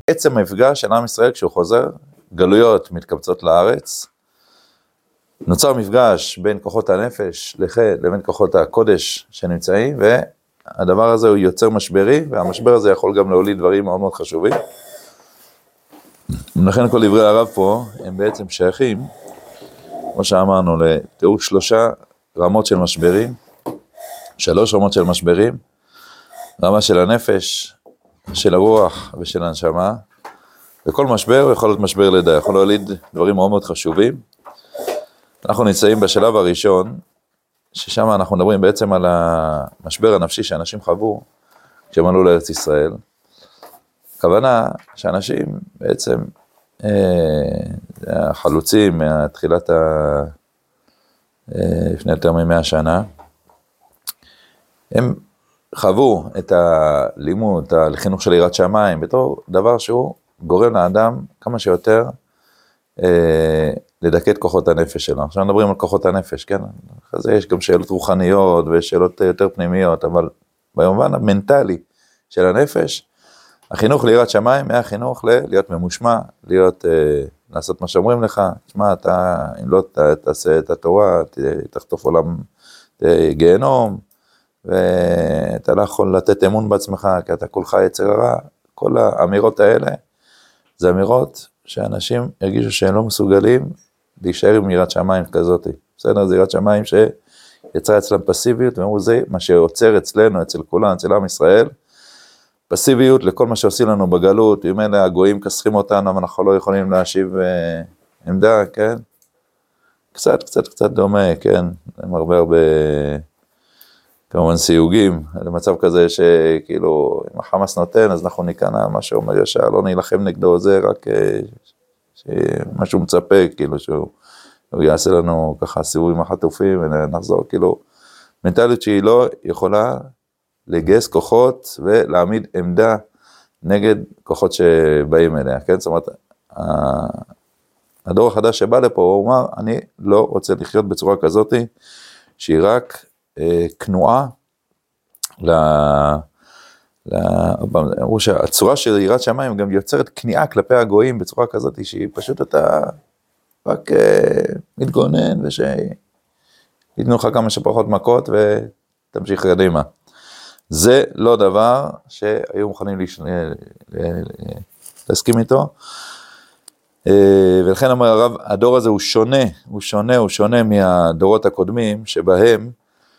עצם המפגש של עם ישראל כשהוא חוזר, גלויות מתקבצות לארץ, נוצר מפגש בין כוחות הנפש לבין כוחות הקודש שנמצאים, והדבר הזה הוא יוצר משברי, והמשבר הזה יכול גם להוליד דברים מאוד מאוד חשובים. ולכן כל דברי הרב פה הם בעצם שייכים, כמו שאמרנו, לתיאור 3 רמות של משברים, 3 רמות של משברים, רמה של הנפש, של הרוח ושל הנשמה, וכל משבר יכול להיות משבר לידה, יכול להוליד דברים מאוד מאוד חשובים. אנחנו נמצאים בשלב הראשון, ששם אנחנו מדברים בעצם על המשבר הנפשי שאנשים חוו, כשהם עלו לארץ ישראל. הכוונה שאנשים בעצם, החלוצים מהתחילת, לפני יותר מ100 שנה, הם חוו את הלימוד, את החינוך של יראת שמיים, בתור דבר שהוא גורם לאדם כמה שיותר לדכא את כוחות הנפש שלנו. עכשיו מדברים על כוחות הנפש, כן? אחרי זה יש גם שאלות רוחניות ושאלות יותר פנימיות, אבל במובן המנטלי של הנפש, החינוך ליראת שמיים היה חינוך להיות ממושמע, לעשות מה שאומרים לך, תשמע, אם לא תעשה את התורה, תחטוף עולם גיהנום, ואתה לא יכול לתת אמון בעצמך, כי אתה כולך יצר הרע. כל האמירות האלה, זה אמירות שאנשים הרגישו שהם לא מסוגלים להישאר עם יראת שמיים כזאת. בסדר, זה יראת שמיים שיצרה אצלם פסיביות, ואמרו זה מה שיוצר אצלנו, אצל כולם, אצל עם ישראל, פסיביות לכל מה שעושים לנו בגלות, אם אלה הגויים כסחים אותנו, אבל אנחנו לא יכולים להשיב עמדה, כן? קצת דומה, כן? הם הרבה כמובן סיוגים, למצב כזה שכאילו, אם החמאס נותן, אז אנחנו ניכנע, מה שאומר ישר, לא נילחם נגדו, זה רק משהו מצפה, כאילו שהוא יעשה לנו ככה סיבובים החטופים, ונחזור, כאילו, מנטליות שהיא לא יכולה לגייס כוחות, ולהעמיד עמדה נגד כוחות שבאים אליה, כן? זאת אומרת, הדור החדש שבא לפה, הוא אומר, אני לא רוצה לחיות בצורה כזאת, שהיא רק כנועה, אמרו שהצורה של יראת שמיים גם יוצרת כניעה כלפי הגויים בצורה כזאת, שהיא פשוט אתה רק מתגונן, ושיתנו לך כמה שפחות מכות, ותמשיך קדימה. זה לא דבר שהיו מוכנים להסכים איתו, ולכן אמר הרב, הדור הזה הוא שונה מהדורות הקודמים, שבהם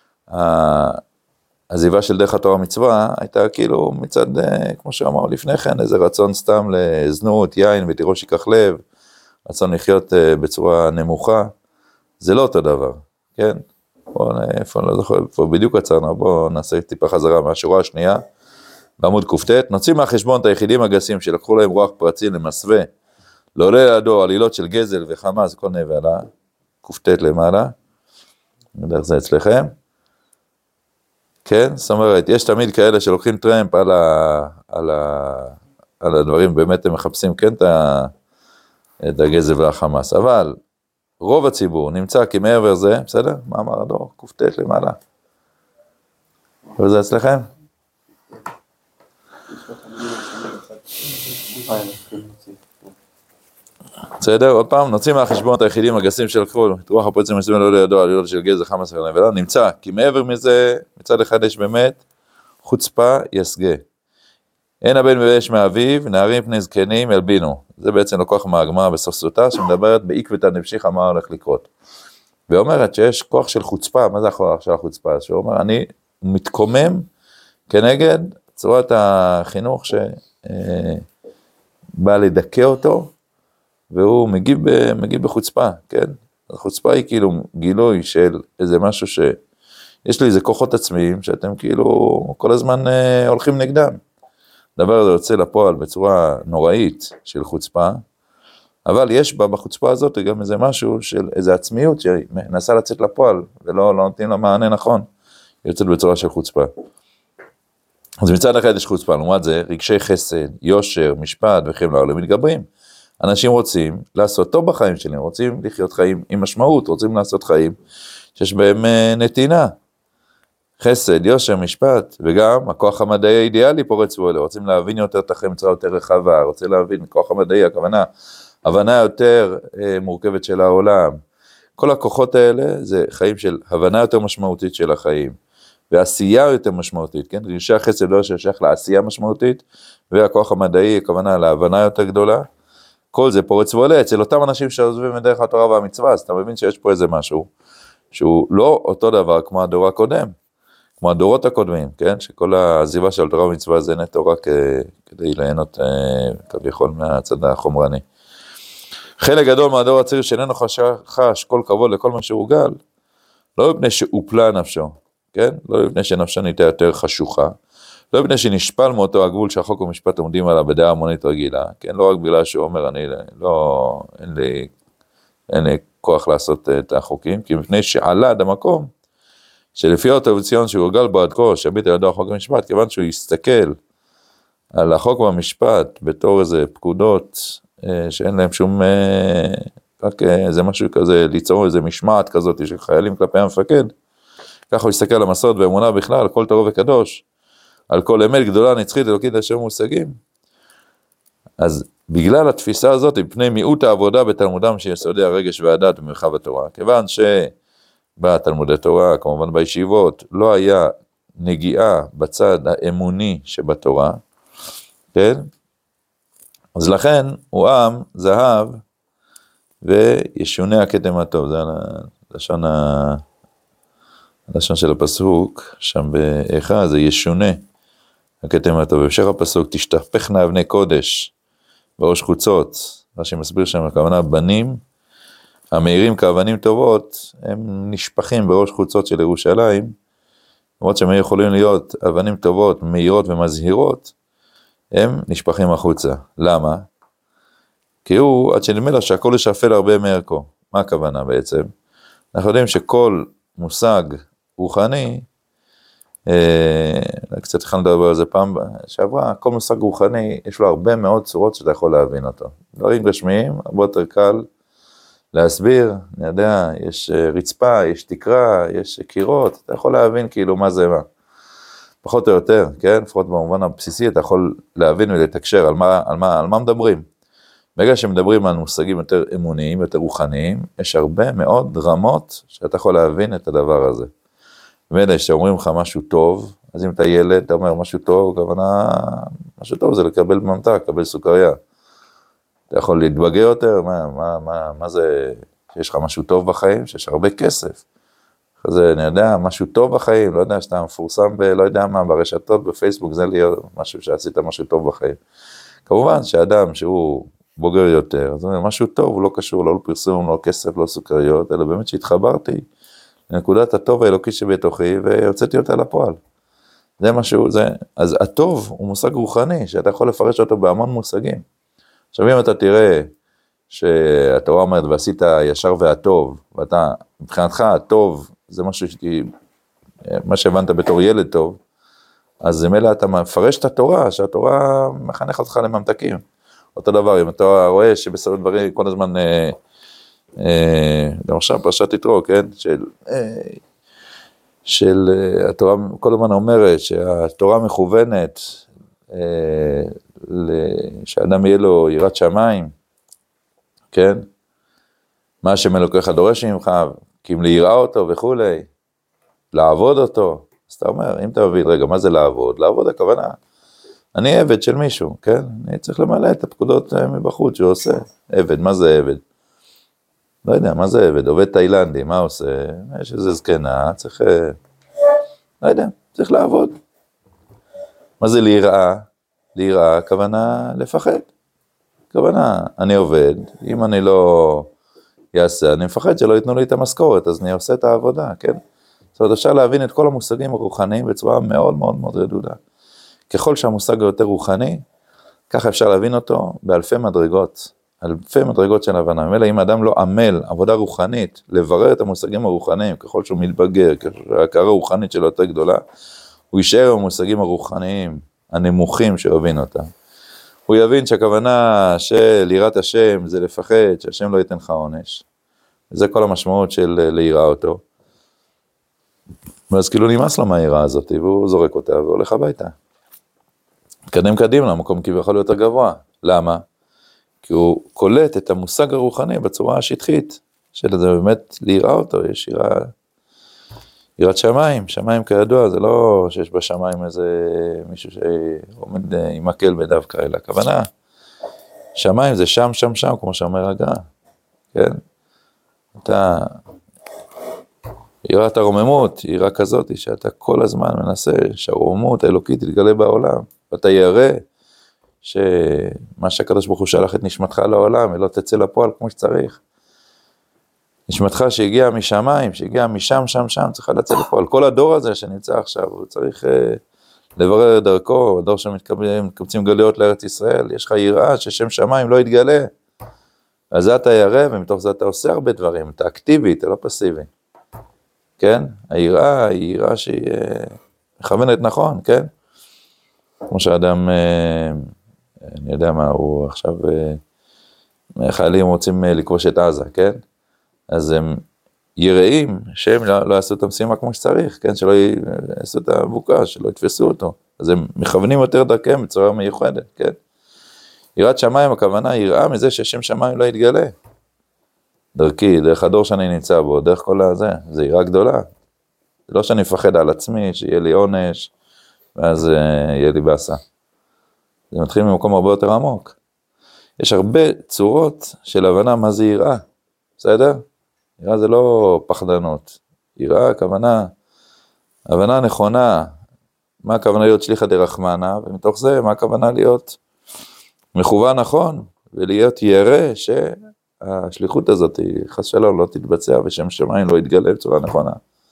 העזיבה של דרך התורה מצווה, הייתה כאילו מצד, כמו שאמר לפני כן, איזה רצון סתם לזנות, יין ותירוש ייקח לב, רצון לחיות בצורה נמוכה, זה לא אותו דבר, כן? איפה, לא זוכר, איפה בדיוק עצרנו, בואו נעשה טיפה חזרה מהשורה השנייה, בעמוד קופטט, נוציא מהחשבון את היחידים הגסים שלקחו להם רוח פרצי למסווה, לא עולה לידו עלילות של גזל וחמאס, כל נבלה, קופטט למעלה, אני יודע איך זה אצלכם, כן, זאת אומרת, יש תמיד כאלה שלוקחים טרמפ על הדברים, באמת הם מחפשים כן את הגזל והחמאס, אבל רוב הציבור נמצא כי מעבר זה, בסדר? מה אמר הדור? קופטט למעלה. וזה אצלכם? בסדר, עוד פעם, נוציא מהחשבון את היחידים הגסים שלקחו, את רוח הפרצים מסוימים לא לידו, עלילות של גזל, חמאס ונבלה, נמצא, כי מעבר מזה, מצד אחד יש באמת, חוצפה יסגה. אין הבן ויש מאביו, נערים פני זקנים ילבינו. זה בעצם לקוח מהגמרא בסוף סוטה, שמדברת בעקבתא דמשיחא מה הולך לקרות. ואומרת שיש כוח של חוצפה, מה זה הכוח של החוצפה? שהוא אומר, אני מתקומם כנגד צורת החינוך שבא לדכא אותו, והוא מגיב בחוצפה, כן? החוצפה היא כאילו גילוי של איזה משהו שיש לי איזה כוחות עצמיים, שאתם כאילו כל הזמן הולכים נגדם. דבר הזה יוצא לפועל בצורה נוראית של חוצפה, אבל יש בה בחוצפה הזאת גם איזה משהו של איזה עצמיות שמנסה לצאת לפועל, ולא נותנים לה מענה נכון, היא יוצאת בצורה של חוצפה. אז מצד אחד יש חוצפה, לעומת זה, רגשי חסד, יושר, משפט וכן הלאה מתגברים. אנשים רוצים לעשות טוב בחיים שלהם, רוצים לחיות חיים עם משמעות, רוצים לעשות חיים שיש בהם נתינה. חסד, יושר, משפט, וגם הכוח המדעי האידיאלי פורץ בו, רוצים להבין יותר את החיים בצורה יותר רחבה, רוצים להבין כוח המדעי, הכוונה, הבנה יותר מורכבת של העולם. כל הכוחות האלה זה חיים של הבנה יותר משמעותית של החיים, ועשייה יותר משמעותית, כן? רישי חסד ויושר שייך לעשייה משמעותית, והכוח המדעי, הכוונה להבנה יותר גדולה, כל זה פורץ ועולה אצל אותם אנשים שעוזבים מדרך התורה והמצווה, אז אתה מבין שיש פה איזה משהו, שהוא לא אותו דבר כמו הדור הקודם, כמו הדורות הקודמים, כן? שכל העזיבה של תורה ומצווה זה נטו רק כדי ליהנות כביכול מהצד החומרני. חלק גדול מהדור הצעיר שאיננו חש כל כבוד לכל מה שהורגל, לא מפני שהופלה נפשו, כן? לא מפני שנפשו נהייתה יותר חשוכה, לא מפני שנשפל מאותו הגבול שהחוק ומשפט עומדים עליו בדעה המונית רגילה, כן? לא רק בגלל שהוא אומר, אין לי כוח לעשות את החוקים, כי מפני שעלה עד המקום, שלפי אותו ציון שהורגל בו עד כה, שביט על ידו החוק ומשפט, כיוון שהוא יסתכל על החוק והמשפט בתור איזה פקודות, שאין להם שום, רק איזה משהו כזה, ליצור איזה משמעת כזאת של חיילים כלפי המפקד, ככה הוא יסתכל על המסורת ואמונה בכלל, על כל טהור וקדוש, על כל אמת גדולה נצחית אלוקית אשר מושגים. אז בגלל התפיסה הזאת, מפני מיעוט העבודה בתלמודם שיסודי הרגש והדת במרחב התורה, כיוון שבתלמודי תורה, כמובן בישיבות, לא היה נגיעה בצד האמוני שבתורה, כן? אז לכן הוא עם זהב וישונה הכתם הטוב, זה הלשון של הפסוק, שם באחד זה ישונה הכתם הטוב, ובשך הפסוק תשתפכנה אבני קודש בראש חוצות, מה שמסביר שם הכוונה בנים, המאירים כאבנים טובות, הם נשפכים בראש חוצות של ירושלים, למרות שהם יכולים להיות אבנים טובות, מאירות ומזהירות, הם נשפכים החוצה. למה? כי הוא, עד שנדמה שהכל ישפל הרבה מערכו. מה הכוונה בעצם? אנחנו יודעים שכל מושג רוחני, קצת התחלנו לדבר על זה פעם שעברה, כל מושג רוחני יש לו הרבה מאוד צורות שאתה יכול להבין אותו. דברים גשמיים, הרבה יותר קל להסביר, אני יודע, יש רצפה, יש תקרה, יש קירות, אתה יכול להבין כאילו מה זה מה. פחות או יותר, כן? לפחות במובן הבסיסי, אתה יכול להבין ולתקשר על מה מדברים. בגלל שמדברים על מושגים יותר אמוניים, יותר רוחניים, יש הרבה מאוד רמות שאתה יכול להבין את הדבר הזה. ומדי שאומרים לך משהו טוב, אז אם אתה ילד, אתה אומר משהו טוב, כוונה, משהו טוב זה לקבל ממתק, לקבל סוכריה. אתה יכול להתבגר יותר, מה זה, שיש לך משהו טוב בחיים, שיש הרבה כסף. זה, אני יודע, משהו טוב בחיים, לא יודע, שאתה מפורסם לא יודע מה, ברשתות, בפייסבוק, זה להיות משהו שעשית משהו טוב בחיים. כמובן שאדם שהוא בוגר יותר, אז משהו טוב, הוא לא קשור, לא לפרסום, לא כסף, לא סוכריות, אלא באמת שהתחברתי לנקודת הטוב האלוקי שבתוכי, והוצאתי אותה לפועל. זה משהו, אז הטוב הוא מושג רוחני, שאתה יכול לפרש אותו בהמון מושגים. עכשיו אם אתה תראה, שהתורה אומרת, ועשית הישר והטוב, ואתה, מבחינתך, הטוב, זה משהו מה שהבנת בתור ילד טוב, אז זה מלא אתה מפרש את התורה, שהתורה מחנך אותך לממתקים. אותו דבר, אם אתה רואה שבסדר דברים כל הזמן, גם עכשיו פרשת יתרו, כן? של התורה כל הזמן אומרת שהתורה מכוונת, שאדם יהיה לו יראת שמיים, כן? מה שמלוקח דורש ממך, כי אם להיראה אותו וכולי, לעבוד אותו, אז אתה אומר, אם אתה מבין, רגע, מה זה לעבוד? לעבוד הכוונה, אני עבד של מישהו, כן? אני צריך למלא את הפקודות מבחוץ שהוא עושה. עבד, מה זה עבד? לא יודע, מה זה עבד? עובד תאילנדי, מה עושה? יש איזה זקנה, צריך, לא יודע, צריך לעבוד. מה זה להיראה? להיראה, הכוונה לפחד. הכוונה, אני עובד, אם אני לא יעשה, אני מפחד שלא ייתנו לי את המשכורת, אז אני עושה את העבודה, כן? זאת אומרת, אפשר להבין את כל המושגים הרוחניים בצורה מאוד מאוד מאוד רדודה. ככל שהמושג יותר רוחני, ככה אפשר להבין אותו באלפי מדרגות, אלפי מדרגות של הבנה. ממילא אם האדם לא עמל עבודה רוחנית, לברר את המושגים הרוחניים, ככל שהוא מתבגר, ככל הרוחנית שלו יותר גדולה, הוא יישאר במושגים הרוחניים הנמוכים שהבין אותם. הוא יבין שהכוונה של יראת השם זה לפחד, שהשם לא ייתן לך עונש. זה כל המשמעות של להיראה אותו. ואז כאילו נמאס לו מהיראה הזאת, והוא זורק אותה והולך הביתה. מתקדם קדימה למקום כביכול יותר גבוה. למה? כי הוא קולט את המושג הרוחני בצורה השטחית, של זה באמת להיראה אותו, יש יראת שמיים, שמיים כידוע, זה לא שיש בשמיים איזה מישהו שעומד עם מקל בדווקא, אלא הכוונה, שמיים זה שם, שם, שם, כמו שאומר הגר"א, כן? אתה, יראת הרוממות, יראה כזאת, שאתה כל הזמן מנסה שהרוממות האלוקית תתגלה בעולם, ואתה ירא שמה שהקדוש ברוך הוא שלח את נשמתך לעולם, ולא תצא לפועל כמו שצריך. נשמתך שהגיעה משמיים, שהגיעה משם, שם, שם, צריכה לצאת לפועל. כל הדור הזה שנמצא עכשיו, הוא צריך לברר דרכו, הדור שמתקבצים גלויות לארץ ישראל, יש לך יראה ששם שמיים לא יתגלה. אז זה אתה ירא, ומתוך זה אתה עושה הרבה דברים, אתה אקטיבי, אתה לא פסיבי. כן? היראה היא יראה שהיא מכוונת נכון, כן? כמו שאדם, אני יודע מה, הוא עכשיו, חיילים רוצים לכבוש את עזה, כן? אז הם יראים שהם לא יעשו את המשימה כמו שצריך, כן? שלא יעשו את הבוקה, שלא יתפסו אותו. אז הם מכוונים יותר דרכם בצורה מיוחדת, כן? יראת שמיים, הכוונה יראה מזה ששם שמיים לא יתגלה. דרכי, דרך הדור שאני נמצא בו, דרך כל הזה, זה יראה גדולה. זה לא שאני מפחד על עצמי, שיהיה לי עונש, ואז יהיה לי בעשה. זה מתחיל ממקום הרבה יותר עמוק. יש הרבה צורות של הבנה מה זה יראה, בסדר? יראה זה לא פחדנות. יראה, הכוונה, הבנה נכונה, מה הכוונה להיות שליחא דרחמנא, ומתוך זה מה הכוונה להיות מכוון נכון, ולהיות ירא שהשליחות הזאת חס ושלום לא תתבצע, ושם שמיים לא יתגלה בצורה נכונה.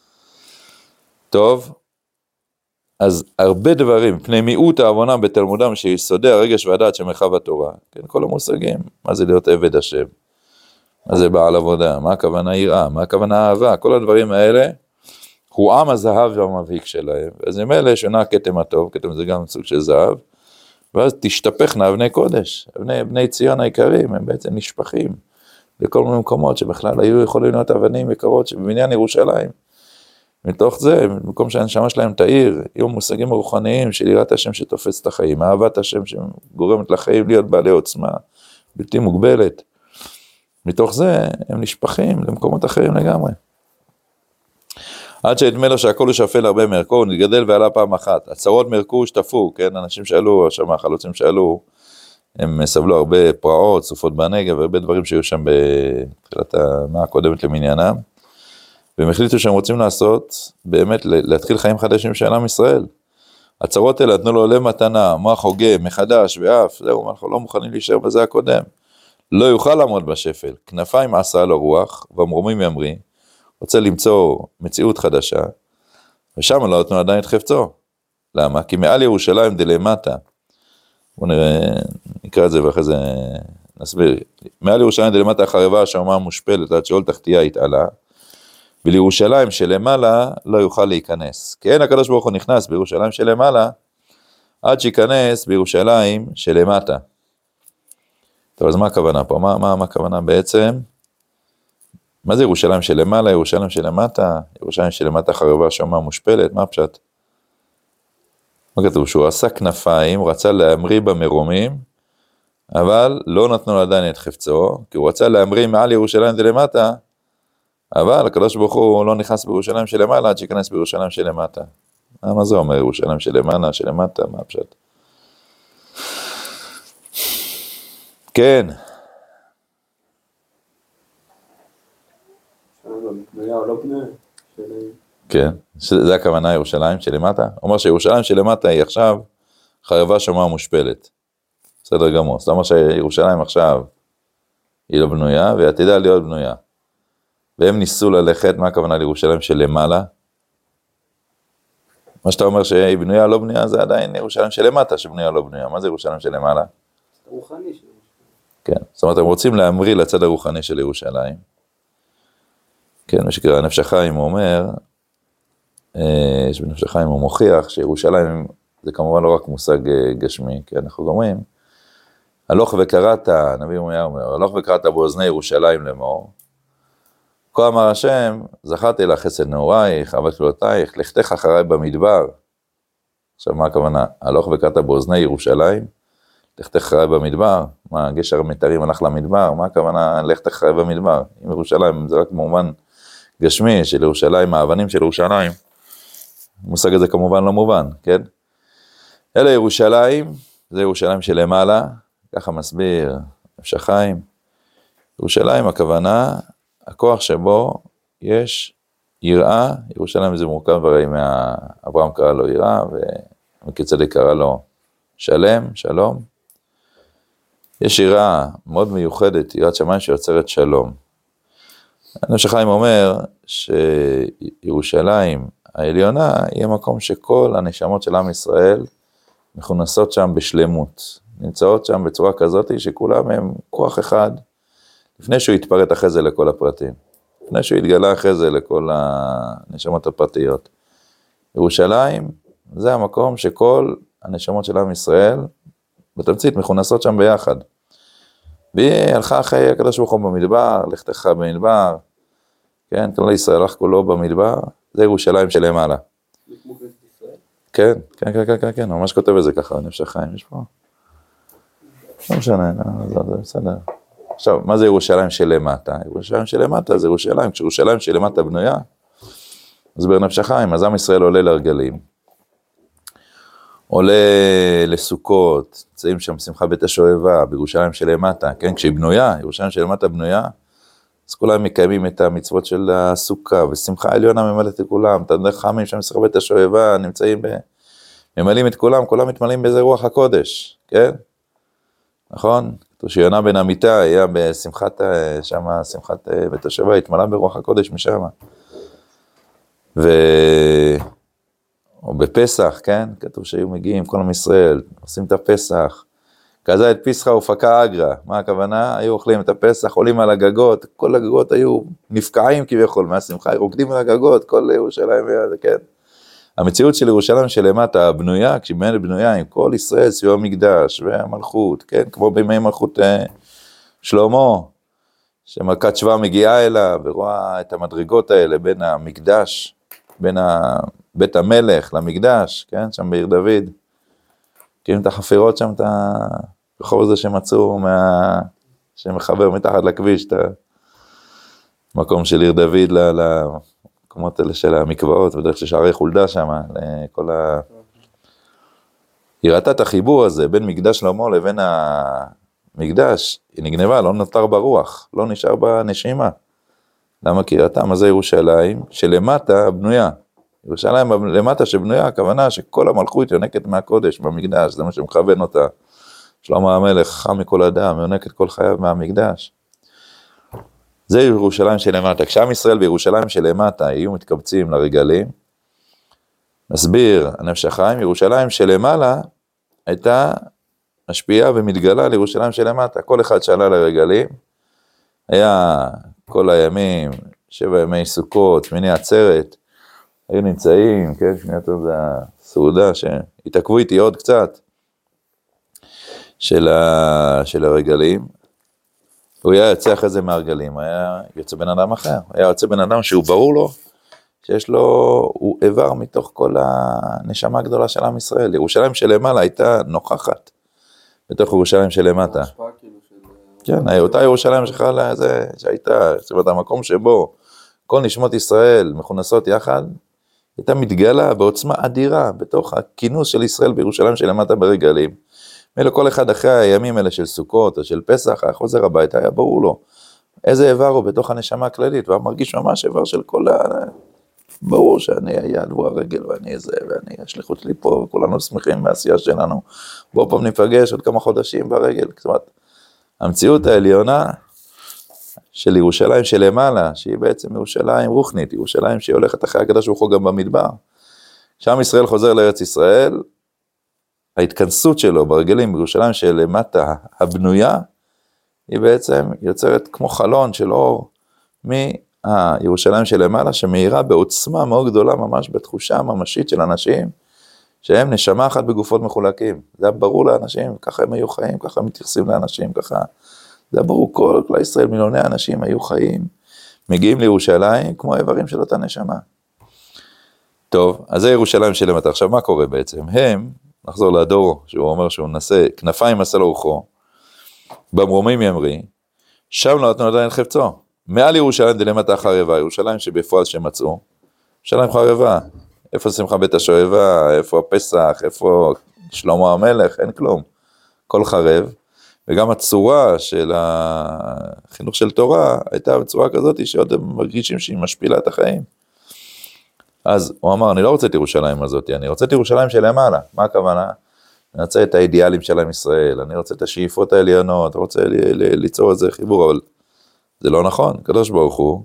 טוב, אז הרבה דברים, פני מיעוט העוונה בתלמודם שיסודי הרגש והדעת שמרחב התורה, כן, כל המושגים, מה זה להיות עבד השם, מה זה בעל עבודה, מה הכוונה יראה, מה הכוונה אהבה, כל הדברים האלה, הוא עם הזהב והמבהיק שלהם, אז עם אלה שונה הכתם הטוב, כתם זה גם סוג של זהב, ואז תשתפכנה אבני קודש, בני ציון העיקרים, הם בעצם נשפכים לכל מיני מקומות שבכלל היו יכולים להיות אבנים יקרות שבבניין ירושלים, מתוך זה, במקום שהנשמה שלהם תאיר, יהיו מושגים רוחניים של יראת השם שתופס את החיים, אהבת השם שגורמת לחיים להיות בעלי עוצמה, בלתי מוגבלת. מתוך זה הם נשפכים למקומות אחרים לגמרי. עד שהדמה לו שהכל הוא שפל הרבה מערכו, הוא נתגדל ועלה פעם אחת. הצרות מערכו שטפו, כן? אנשים שאלו, שם החלוצים שאלו, הם סבלו הרבה פרעות, סופות בנגב, הרבה דברים שהיו שם בתחילת המאה הקודמת למניינם. והם החליטו שהם רוצים לעשות, באמת, להתחיל חיים חדשים של עם ישראל. הצרות האלה נתנו לו לב מתנה, מוח הוגה, מחדש ואף, זהו, אנחנו לא מוכנים להישאר בזה הקודם. לא יוכל לעמוד בשפל, כנפיים עשה לו רוח, והמרומים ימרי, רוצה למצוא מציאות חדשה, ושם לא נתנו עדיין את חפצו. למה? כי מעל ירושלים דלמטה, בואו נקרא את זה ואחרי זה נסביר. מעל ירושלים דלמטה החרבה השמה מושפלת, עד שאול תחתיה התעלה, ולירושלים שלמעלה לא יוכל להיכנס. כי אין הקדוש ברוך הוא נכנס בירושלים שלמעלה, עד שיכנס בירושלים שלמטה. טוב, אז מה הכוונה פה? מה הכוונה בעצם? מה זה ירושלים שלמעלה, ירושלים שלמטה? ירושלים שלמטה חרבה שמה מושפלת, מה הפשט? מה כתוב? שהוא עשה כנפיים, הוא רצה להמריא במרומים, אבל לא נתנו לו עדיין את חפצו, כי הוא רצה להמריא מעל ירושלים דלמטה, אבל הקדוש ברוך הוא לא נכנס בירושלים שלמעלה, עד שיכנס בירושלים שלמטה. מה זה אומר ירושלים שלמעלה, שלמטה, מה הפשט? כן. בנויה או לא בנויה? כן, זה הכוונה ירושלים שלמטה. אומר שירושלים שלמטה היא עכשיו חרבה שמה מושפלת. בסדר גמור. זאת אומרת שירושלים עכשיו היא לא בנויה, והיא עתידה להיות בנויה. והם ניסו ללכת, מה הכוונה לירושלים שלמעלה? מה שאתה אומר שהיא בנויה לא בנויה, זה עדיין ירושלים שלמטה שבנויה לא בנויה. מה זה ירושלים שלמעלה? רוחני שלו. כן, זאת אומרת, הם רוצים להמריא לצד הרוחני של ירושלים. כן, מה שקרא נפש החיים, הוא אומר, יש בנפש החיים, הוא מוכיח שירושלים זה כמובן לא רק מושג גשמי, כי אנחנו אומרים, הלוך וקראת, הנביא אומר, הלוך וקראת באוזני ירושלים לאמור, כה אמר השם, זכרתי לך חסד נעורייך, אהבת כלולותייך, לכתך אחריי במדבר. עכשיו מה הכוונה? הלוך וקראת באוזני ירושלים, לכתך אחריי במדבר, מה גשר המתרים הלך למדבר, מה הכוונה לכתך אחריי במדבר? אם ירושלים זה רק במובן גשמי של ירושלים, האבנים של ירושלים, המושג הזה כמובן לא מובן, כן? אלה ירושלים, זה ירושלים שלמעלה, ככה מסביר נפש החיים. ירושלים הכוונה, הכוח שבו יש יראה, ירושלים זה מורכב הרי אברהם קרא לו יראה, ומקצדק קרא לו שלם, שלום. יש יראה מאוד מיוחדת, יראת שמיים שיוצרת שלום. נפש החיים אומר שירושלים העליונה היא המקום שכל הנשמות של עם ישראל מכונסות שם בשלמות, נמצאות שם בצורה כזאת שכולם הם כוח אחד, לפני שהוא יתפרט אחרי זה לכל הפרטים, לפני שהוא יתגלה אחרי זה לכל הנשמות הפרטיות. ירושלים זה המקום שכל הנשמות של עם ישראל בתמצית מכונסות שם ביחד. והיא הלכה אחרי הקדוש ברוך הוא במדבר, לכתך במדבר, כן, כלל ישראל הלך כולו במדבר, זה ירושלים שלמעלה. כן, כן, כן, כן, כן, ממש כותב את זה ככה, נפש החיים, יש פה. לא משנה, זה בסדר. עכשיו, מה זה ירושלים שלמטה? ירושלים שלמטה זה ירושלים, כשירושלים שלמטה בנויה, אז בנפש החיים, אז עם ישראל עולה לרגלים, עולה לסוכות, נמצאים שם שמחה בית השואבה, בירושלים שלמטה, כן, כשהיא בנויה, ירושלים שלמטה בנויה, אז כולם מקיימים את המצוות של הסוכה, ושמחה עליונה ממלאת את כולם, תלמידי חכמים שם שמחה בית השואבה, נמצאים ממלאים את כולם, כולם מתמלאים באיזה רוח הקודש, כן? נכון? שיונה בן אמיתה היה בשמחת, שמה שמחת בית השואבה, התמלא ברוח הקודש משם. או בפסח, כן? כתוב שהיו מגיעים כל עם ישראל, עושים את הפסח, כזה את פסחה ופקה אגרה, מה הכוונה? היו אוכלים את הפסח, עולים על הגגות, כל הגגות היו נפקעים כביכול מהשמחה, רוקדים על הגגות, כל ירושלים, כן? המציאות של ירושלים שלמטה, הבנויה, כשהיא באמת בנויה עם כל ישראל, סביב המקדש והמלכות, כן? כמו בימי מלכות שלמה, שמלכת שבא מגיעה אליו, ורואה את המדרגות האלה בין המקדש, בין בית המלך למקדש, כן? שם בעיר דוד. מכירים את החפירות שם, את הרחוב הזה שמצאו, שמחבר מתחת לכביש, את המקום של עיר דוד למקומות האלה של המקוואות, בדרך ששערי חולדה שם, לכל היא ראתה את החיבור הזה בין מקדש שלמה לבין המקדש, היא נגנבה, לא נותר ברוח, לא נשאר בנשימה. למה? כי ראתה מה זה ירושלים שלמטה בנויה. ירושלים למטה שבנויה, הכוונה שכל המלכות יונקת מהקודש במקדש, זה מה שמכוון אותה. שלמה המלך חם מכל אדם, יונק את כל חייו מהמקדש. זה ירושלים שלמטה. כשעם ישראל בירושלים שלמטה יהיו מתקבצים לרגלים, נסביר הנפש החיים, ירושלים שלמעלה הייתה משפיעה ומתגלה לירושלים שלמטה. כל אחד שעלה לרגלים, היה כל הימים, 7 ימי סוכות, 8 עצרת, היו נמצאים, כן, שנייה טוב, זה הסעודה שהתעכבו איתי עוד קצת, של הרגלים, הוא היה יוצא אחרי זה מהרגלים, היה יוצא בן אדם אחר, היה יוצא בן אדם שהוא ברור לו, שיש לו, הוא עבר מתוך כל הנשמה הגדולה של עם ישראל, ירושלים שלמעלה הייתה נוכחת, בתוך ירושלים שלמטה. כן, אותה ירושלים שחלה, זה שהייתה, זאת אומרת, המקום שבו כל נשמות ישראל מכונסות יחד, הייתה מתגלה בעוצמה אדירה בתוך הכינוס של ישראל בירושלים שלמטה ברגלים. מילא כל אחד אחרי הימים האלה של סוכות או של פסח, חוזר הביתה, היה ברור לו איזה איבר הוא בתוך הנשמה הכללית, והוא מרגיש ממש איבר של כל ברור שאני היד והוא הרגל ואני זה, ואני השליחות שלי פה, וכולנו שמחים בעשייה שלנו. בואו פעם ניפגש עוד כמה חודשים ברגל. זאת אומרת, המציאות העליונה של ירושלים שלמעלה, שהיא בעצם ירושלים רוחנית, ירושלים שהיא הולכת אחרי הקדוש ברוך הוא גם במדבר. שם ישראל חוזר לארץ ישראל, ההתכנסות שלו ברגלים בירושלים שלמטה הבנויה, היא בעצם יוצרת כמו חלון של אור מירושלים שלמעלה, שמאירה בעוצמה מאוד גדולה ממש בתחושה הממשית של אנשים, שהם נשמה אחת בגופות מחולקים. זה היה ברור לאנשים, ככה הם היו חיים, ככה הם מתייחסים לאנשים, ככה. זה היה ברור, כל ישראל מיליוני אנשים היו חיים מגיעים לירושלים כמו האיברים של אותה נשמה. טוב, אז זה ירושלים שלמטה. עכשיו, מה קורה בעצם? נחזור לדור, שהוא אומר שהוא נשא, כנפיים עשה לרוחו, במרומים ימרי, שם לא נתנו עדיין חפצו. מעל ירושלים דלמטה חרבה, ירושלים שבפועל שמצאו, ירושלים חרבה. איפה שמחה בית השואבה, איפה הפסח, איפה שלמה המלך, אין כלום. כל חרב, וגם הצורה של החינוך של תורה, הייתה בצורה כזאת שעוד הם מרגישים שהיא משפילה את החיים. אז הוא אמר, אני לא רוצה את ירושלים הזאת, אני רוצה את ירושלים שלמעלה. מה הכוונה? אני רוצה את האידיאלים של עם ישראל, אני רוצה את השאיפות העליונות, אני רוצה ליצור איזה חיבור, אבל זה לא נכון, קדוש ברוך הוא,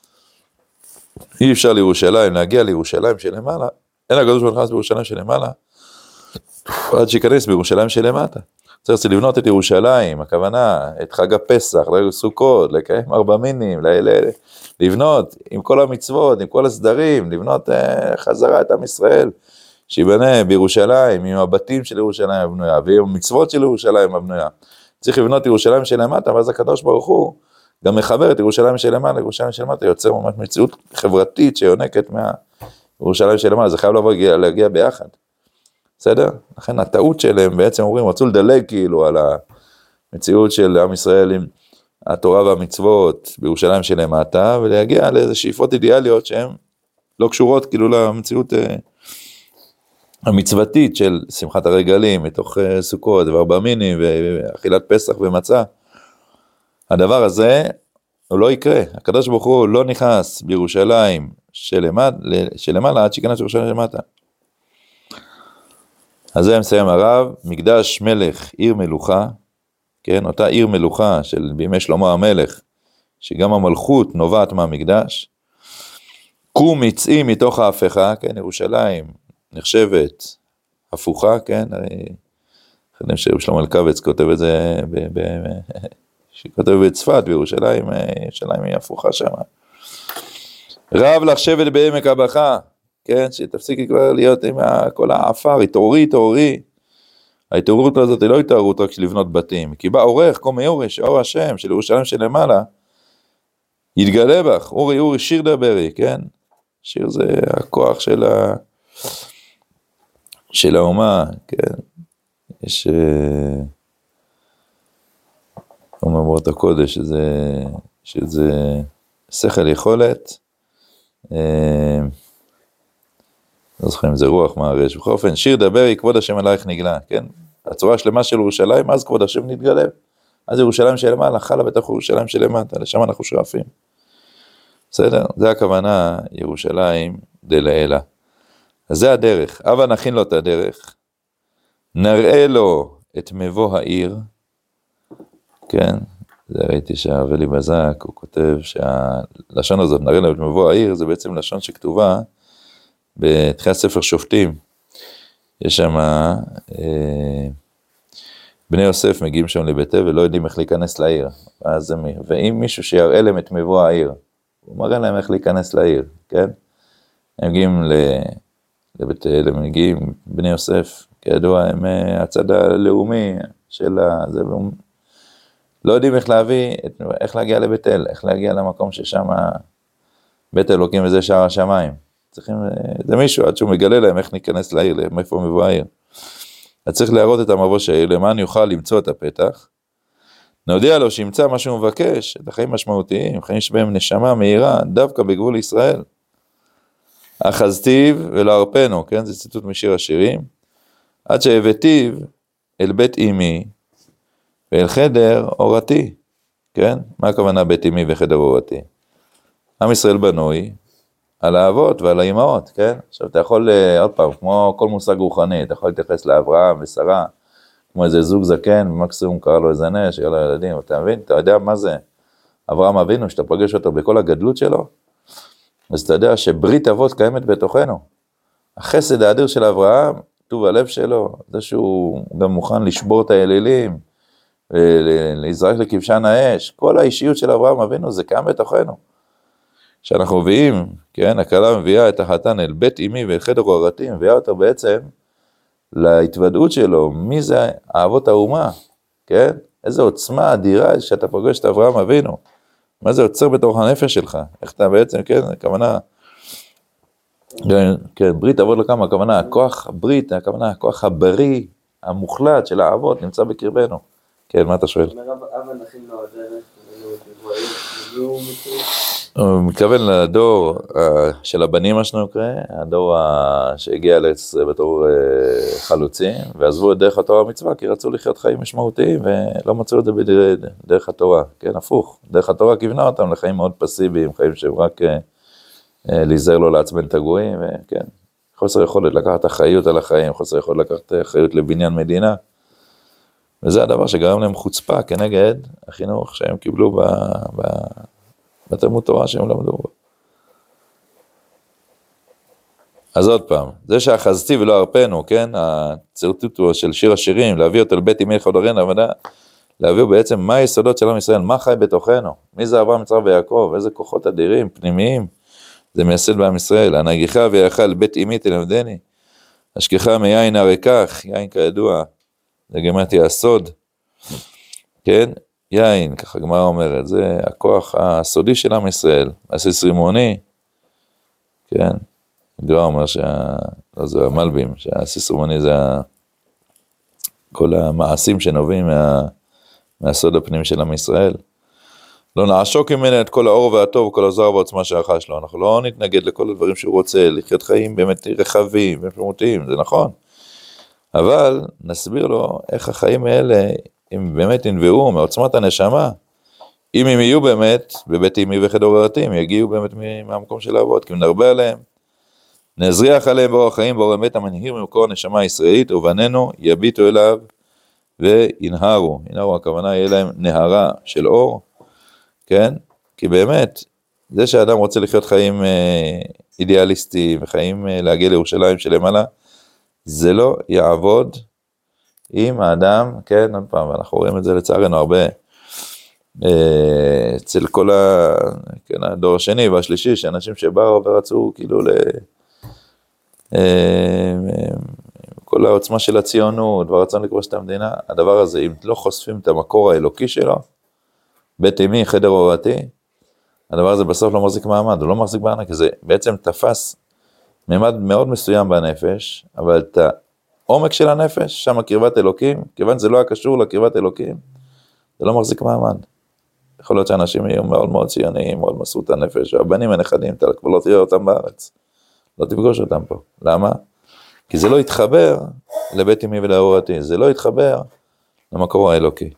אי אפשר לירושלים, להגיע לירושלים שלמעלה, אין הקדוש ברוך הוא נכנס בירושלים שלמעלה, עד שיכנס בירושלים שלמטה. צריך לבנות את ירושלים, הכוונה, את חג הפסח, סוכות, לקיים 4 מינים, לבנות עם כל המצוות, עם כל הסדרים, לבנות חזרה את עם ישראל, שיבנה בירושלים, עם הבתים של ירושלים הבנויה, ועם המצוות של ירושלים הבנויה. צריך לבנות ירושלים שלמטה, ואז הקדוש ברוך הוא גם מחבר את ירושלים שלמעלה, ירושלים שלמטה, יוצר ממש מציאות חברתית שיונקת מהירושלים שלמעלה, זה חייב להגיע ביחד. בסדר? לכן הטעות שלהם בעצם אומרים, רצו לדלג כאילו על המציאות של עם ישראל עם התורה והמצוות בירושלים שלמטה, ולהגיע לאיזה שאיפות אידיאליות שהן לא קשורות כאילו למציאות המצוותית של שמחת הרגלים, מתוך סוכות ו4 מינים ואכילת פסח ומצה. הדבר הזה הוא לא יקרה, הקדוש ברוך הוא לא נכנס בירושלים שלמעלה עד שיכנס בירושלים שלמטה. אז זה מסיים הרב, מקדש מלך עיר מלוכה, כן, אותה עיר מלוכה של בימי שלמה המלך, שגם המלכות נובעת מהמקדש, קום מציא מתוך ההפכה, כן, ירושלים נחשבת הפוכה, כן, חושבים ששלמה אלקבץ כותב את זה, שכותב בצפת, בירושלים, ירושלים היא הפוכה שם. רב לחשבת בעמק הבכה, כן, שתפסיקי כבר להיות עם כל העפר, התעוררי. ההתעוררות הזאת היא לא התעוררות רק של לבנות בתים, כי בא אורך, קום יורש, אור השם של ירושלים שלמעלה, יתגלה בך, אורי, שיר דברי, כן? שיר זה הכוח של האומה, כן? יש אומרות הקודש, שזה שכל יכולת, לא זוכרים אם זה רוח מהרש, בכל אופן, שיר דברי, כבוד השם עלייך נגלה, כן? הצורה השלמה של ירושלים, אז כבוד השם נתגלה. אז ירושלים שלמעלה, חלה בתוך ירושלים שלמטה, לשם אנחנו שואפים. בסדר? זה הכוונה, ירושלים דלעילה. אז זה הדרך, אבל נכין לו את הדרך, נראה לו את מבוא העיר, כן? זה ראיתי שהרב אלי בזק, הוא כותב שהלשון הזאת, נראה לו את מבוא העיר, זה בעצם לשון שכתובה, בתחילת ספר שופטים, יש שם, בני יוסף מגיעים שם לבית אל ולא יודעים איך להיכנס לעיר, ואם מישהו שיראה להם את מבוא העיר, הוא מראה להם איך להיכנס לעיר, כן? הם מגיעים לבית אל, הם מגיעים, בני יוסף, כידוע, הם הצד הלאומי של זה, לא יודעים איך להגיע לבית אל, איך להגיע למקום ששם בית אלוקים וזה שער השמיים. צריכים, זה מישהו, עד שהוא מגלה להם איך ניכנס לעיר, מאיפה מבוא העיר. אז צריך להראות את המבוא של העיר, למען יוכל למצוא את הפתח, נודיע לו שימצא מה שהוא מבקש, את החיים משמעותיים, חיים שבהם נשמה מהירה, דווקא בגבול ישראל. אחזתיו ולא ארפנו, כן, זה ציטוט משיר השירים, עד שהבאתיו אל בית אמי, ואל חדר אורתי, כן? מה הכוונה בית אמי וחדר אורתי? עם ישראל בנוי, על האבות ועל האימהות, כן? עכשיו אתה יכול, עוד פעם, כמו כל מושג רוחני, אתה יכול להתייחס לאברהם ושרה, כמו איזה זוג זקן, ומקסימום קרא לו איזה נש, היה לו ילדים, אתה מבין? אתה יודע מה זה? אברהם אבינו, שאתה פגש אותו בכל הגדלות שלו, אז אתה יודע שברית אבות קיימת בתוכנו. החסד האדיר של אברהם, טוב הלב שלו, זה שהוא גם מוכן לשבור את האלילים, ולהזרק לכבשן האש, כל האישיות של אברהם אבינו, זה קיים בתוכנו. שאנחנו מביאים, כן, הכלה מביאה את החתן אל בית אמי ואל חדר אורתי, מביאה אותו בעצם להתוודעות שלו, מי זה אהבות האומה, כן? איזו עוצמה אדירה שאתה פוגש את אברהם אבינו, מה זה יוצר בתוך הנפש שלך? איך אתה בעצם, כן, הכוונה, כן, ברית תעבוד לכמה, הכוונה, הכוח הברית, הכוונה, הכוח הבריא, המוחלט של האבות נמצא בקרבנו. כן, מה אתה שואל? אבא נכין לו הדרך, הוא מתכוון לדור של הבנים, מה שנקרא, הדור שהגיע בתור חלוצים, ועזבו את דרך התורה המצווה, כי רצו לחיות חיים משמעותיים, ולא מצאו את זה בדרך התורה, כן, הפוך. דרך התורה כיוונה אותם לחיים מאוד פסיביים, חיים שהם רק להיזהר לו לעצבן את הגויים, וכן, חוסר יכולת לקחת אחריות על החיים, חוסר יכולת לקחת אחריות לבניין מדינה, וזה הדבר שגרם להם חוצפה כנגד החינוך שהם קיבלו בתלמוד תורה שהם למדו בו. אז עוד פעם, זה שאחזתי ולא הרפנו, כן, הצרטוט של שיר השירים, להביא אותו לבית אמי חודרן עבודה, להביא בעצם מה היסודות של עם ישראל, מה חי בתוכנו, מי זה אברהם, יצחק ויעקב, איזה כוחות אדירים, פנימיים, זה מייסד בעם ישראל, הנגיחה ויאכל בית אמי תלמדני, השכחה מיין הרקח, יין כידוע, זה גמרתי הסוד, כן, יין, ככה גמרא אומרת, זה הכוח הסודי של עם ישראל, הסיס רימוני, כן, ידוע אומר לא זה המלבים, שהסיס רימוני זה כל המעשים שנובעים מהסוד הפנים של עם ישראל, לא נעשוק ממנו את כל האור והטוב וכל הזר והעוצמה שהרחש לו, אנחנו לא נתנגד לכל הדברים שהוא רוצה, לחיות חיים באמת רחבים ומשמעותיים, זה נכון, אבל נסביר לו איך החיים האלה, אם באמת ינבעו מעוצמת הנשמה, אם הם יהיו באמת בבית אמי וחדר הרתים, יגיעו באמת מהמקום של האבות, כי אם נרבה עליהם, נזריח עליהם באור החיים, באור אמת המנהיר ממקור הנשמה הישראלית, ובנינו יביטו אליו וינהרו, ינהרו הכוונה, יהיה להם נהרה של אור, כן? כי באמת, זה שהאדם רוצה לחיות חיים אידיאליסטיים, וחיים להגיע לירושלים שלמעלה, זה לא יעבוד אם האדם, כן, עוד פעם, אנחנו רואים את זה לצערנו הרבה, אצל כל כן, הדור השני והשלישי, שאנשים שבאו ורצו כאילו כל העוצמה של הציונות, והרצון לכבוש את המדינה, הדבר הזה, אם לא חושפים את המקור האלוקי שלו, בית אמי, חדר הורתי, הדבר הזה בסוף לא מחזיק מעמד, הוא לא מחזיק בענק, כי זה בעצם תפס ממד מאוד מסוים בנפש, אבל את העומק של הנפש, שם קרבת אלוקים, כיוון זה לא היה קשור לקרבת אלוקים, זה לא מחזיק מעמד. יכול להיות שאנשים יהיו מאוד מאוד ציוניים, מאוד מסרו את הנפש, והבנים הנכדים, אתה כבר לא תראה אותם בארץ, לא תפגוש אותם פה. למה? כי זה לא יתחבר לבית אמי ולהורתי, זה לא יתחבר למקור האלוקי.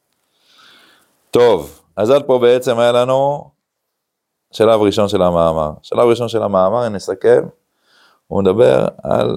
טוב, אז עד פה בעצם היה לנו שלב ראשון של המאמר. שלב ראשון של המאמר, נסכם, הוא מדבר על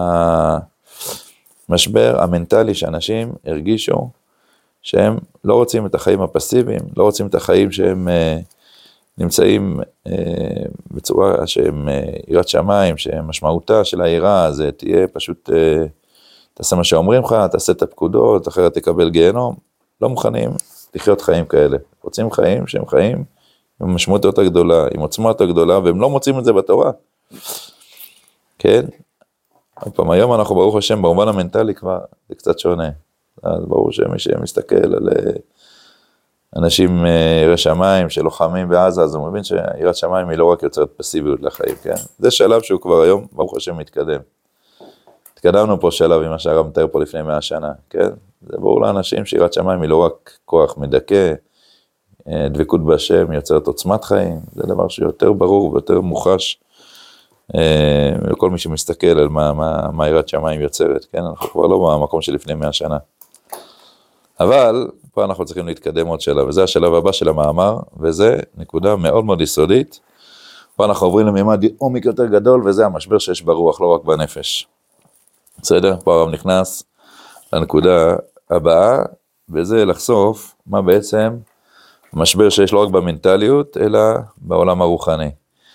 המשבר המנטלי שאנשים הרגישו, שהם לא רוצים את החיים הפסיביים, לא רוצים את החיים שהם נמצאים בצורה שהם יראת שמיים, שמשמעותה של היראה, זה תהיה פשוט, תעשה מה שאומרים לך, תעשה את הפקודות, אחרת תקבל גיהנום, לא מוכנים לחיות חיים כאלה. רוצים חיים שהם חיים עם משמעות יותר גדולה, עם עוצמה יותר גדולה, והם לא מוצאים את זה בתורה. כן? פעם היום אנחנו ברוך השם, במובן המנטלי כבר, זה קצת שונה. אז ברור שמי שמסתכל על אנשים ירא שמיים שלוחמים בעזה, אז הוא מבין שיראת שמיים היא לא רק יוצרת פסיביות לחיים, כן? זה שלב שהוא כבר היום, ברוך השם, מתקדם. התקדמנו פה שלב עם מה שהרב מתאר פה לפני 100 שנה, כן? זה ברור לאנשים שיראת שמיים היא לא רק כוח מדכא, דבקות בהשם יוצרת עוצמת חיים, זה דבר שיותר ברור ויותר מוחש, לכל מי שמסתכל על מה יראת שמיים יוצרת, כן? אנחנו כבר לא במקום שלפני 100 שנה. אבל פה אנחנו צריכים להתקדם עוד שלב, וזה השלב הבא של המאמר, וזה נקודה מאוד מאוד יסודית. פה אנחנו עוברים לממד עומק יותר גדול, וזה המשבר שיש ברוח, לא רק בנפש. בסדר? פה הרב נכנס לנקודה הבאה, וזה לחשוף מה בעצם המשבר שיש לא רק במנטליות, אלא בעולם הרוחני.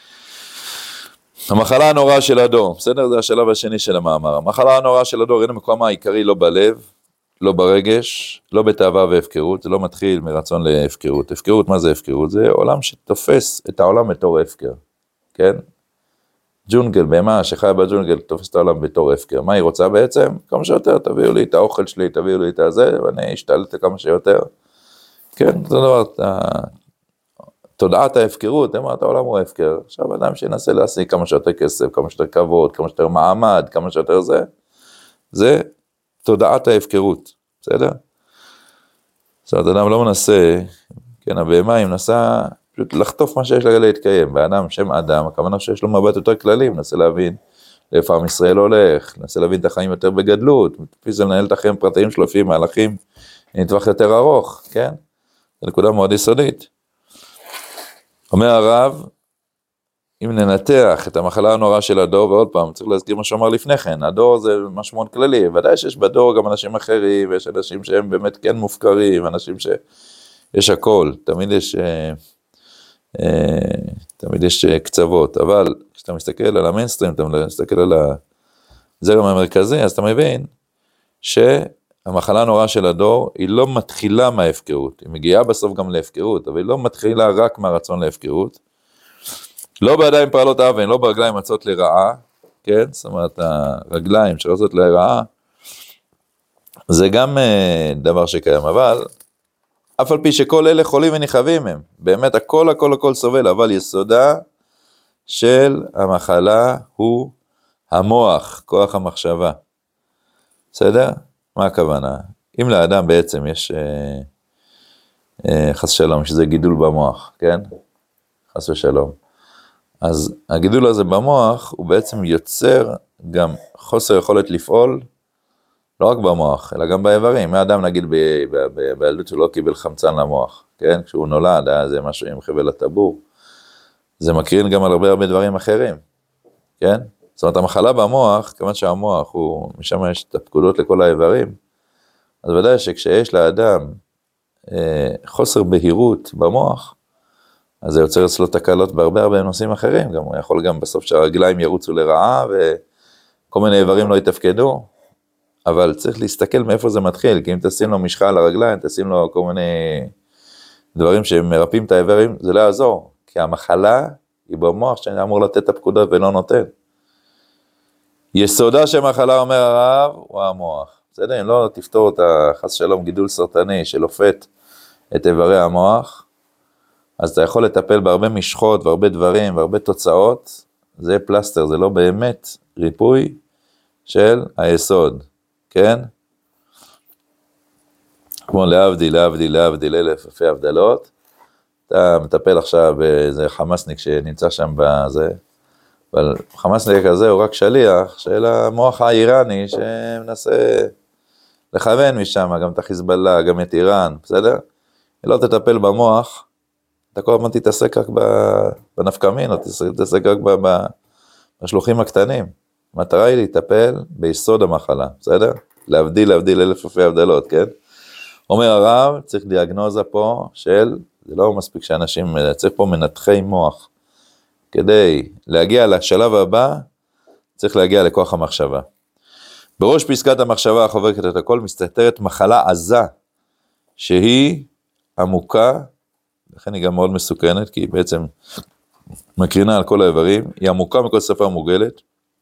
המחלה הנוראה של הדור, בסדר? זה השלב השני של המאמר. המחלה הנוראה של הדור, אין מקום העיקרי לא בלב, לא ברגש, לא בתאווה והפקרות, זה לא מתחיל מרצון להפקרות. הפקרות, מה זה הפקרות? זה עולם שתופס את העולם בתור הפקר, כן? ג'ונגל, בהמה שחיה בג'ונגל, תופס את העולם בתור הפקר. מה היא רוצה בעצם? כמה שיותר, תביאו לי את האוכל שלי, תביאו לי את הזה, ואני אשתלט כמה שיותר. כן, זה דבר, תודעת ההפקרות, אמרת, העולם הוא ההפקר. עכשיו אדם שינסה להשיג כמה שיותר כסף, כמה שיותר כבוד, כמה שיותר מעמד, כמה שיותר זה תודעת ההפקרות, בסדר? זאת אומרת, אדם לא מנסה, כן, הבהמה היא מנסה פשוט לחטוף מה שיש לה להתקיים, ואדם, שם אדם, הכוונה שיש לו מבט יותר כללי, מנסה להבין לאיפה עם ישראל הולך, מנסה להבין את החיים יותר בגדלות, לפי זה לנהל את החיים הפרטיים שלו, לפי מהלכים לטווח יותר ארוך, כן? זו נקודה מאוד יסודית. אומר הרב, אם ננתח את המחלה הנוראה של הדור, ועוד פעם, צריך להזכיר מה שאמר לפני כן, הדור זה משהו מאוד כללי, ודאי שיש בדור גם אנשים אחרים, ויש אנשים שהם באמת כן מופקרים, אנשים שיש הכל, תמיד יש קצוות, אבל כשאתה מסתכל על המיינסטרים, אתה מסתכל על הזרם המרכזי, אז אתה מבין שהמחלה הנוראה של הדור, היא לא מתחילה מההפקרות, היא מגיעה בסוף גם להפקרות, אבל היא לא מתחילה רק מהרצון להפקרות, לא בידיים פעלות אבן, לא ברגליים מצות לרעה, כן? זאת אומרת, הרגליים שרצות לרעה, זה גם דבר שקיים, אבל אף על פי שכל אלה חולים ונחבים הם, באמת הכל סובל, אבל יסודה של המחלה הוא המוח, כוח המחשבה. בסדר? מה הכוונה? אם לאדם בעצם יש חס שלום, שזה גידול במוח, כן? חס ושלום. אז הגידול הזה במוח הוא בעצם יוצר גם חוסר יכולת לפעול, לא רק במוח, אלא גם באיברים. האדם נגיד בילדות שלו קיבל חמצן למוח, כן? כשהוא נולד, היה זה משהו עם חבל הטבור, זה מקרין גם על הרבה דברים אחרים, כן? זאת אומרת, המחלה במוח, כיוון שהמוח הוא, משם יש את הפקודות לכל האיברים, אז ודאי שכשיש לאדם חוסר בהירות במוח, אז זה יוצר אצלו תקלות בהרבה נושאים אחרים, גם הוא יכול גם בסוף שהרגליים ירוצו לרעה, וכל מיני איברים לא יתפקדו, אבל צריך להסתכל מאיפה זה מתחיל, כי אם תשים לו משחה על הרגליים, תשים לו כל מיני דברים שמרפאים את האיברים, זה לא יעזור, כי המחלה היא במוח שאני אמור לתת את הפקודות ולא נותן. יסודה שמחלה, אומר הרב, הוא המוח. בסדר, אם לא תפתור את החס שלום גידול סרטני שלופת את איברי המוח, אז אתה יכול לטפל בהרבה משחות והרבה דברים והרבה תוצאות, זה פלסטר, זה לא באמת ריפוי של היסוד, כן? כמו להבדיל אלף אלפי הבדלות, אתה מטפל עכשיו באיזה חמאסניק שנמצא שם בזה, אבל חמאסניק הזה הוא רק שליח של המוח האיראני שמנסה לכוון משם, גם את החיזבאללה, גם את איראן, בסדר? אם לא תטפל במוח, אתה כל הזמן תתעסק רק בנפקמין, או תתעסק רק בשלוחים הקטנים. המטרה היא להטפל ביסוד המחלה, בסדר? להבדיל אלף אלפי הבדלות, כן? אומר הרב, צריך דיאגנוזה פה של, זה לא מספיק שאנשים, צריך פה מנתחי מוח. כדי להגיע לשלב הבא, צריך להגיע לכוח המחשבה. בראש פסקת המחשבה החובקת את הכל, מסתתרת מחלה עזה, שהיא עמוקה, לכן היא גם מאוד מסוכנת, כי היא בעצם מקרינה על כל האיברים, היא עמוקה מכל שפה מוגלת,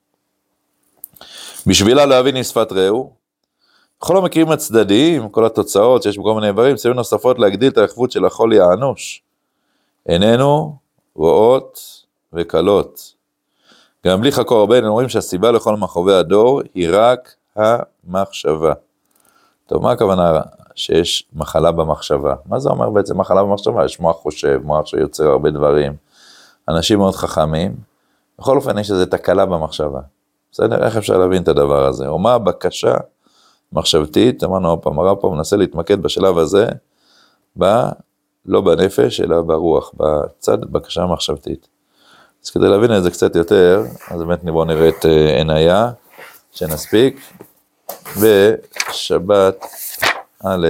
בשבילה להבין עם שפת רעהו, בכל המקרים הצדדיים, כל התוצאות שיש בכל מיני איברים, סיבים נוספות להגדיל את הרחבות של החולי האנוש, איננו רואות וקלות. גם בלי חקור הרבה, הם אומרים שהסיבה לכל מכאובי הדור, היא רק המחשבה. טוב, מה הכוונה שיש מחלה במחשבה? מה זה אומר בעצם מחלה במחשבה? יש מוח חושב, מוח שיוצר הרבה דברים, אנשים מאוד חכמים, בכל אופן יש איזו תקלה במחשבה. בסדר? איך אפשר להבין את הדבר הזה? או מה הבקשה מחשבתית, אמרנו עוד פעם, הרב פה מנסה להתמקד בשלב הזה, לא בנפש, אלא ברוח, בצד בקשה המחשבתית. אז כדי להבין את זה קצת יותר, אז באמת בואו נראה את עיניה, שנספיק, בשבת א',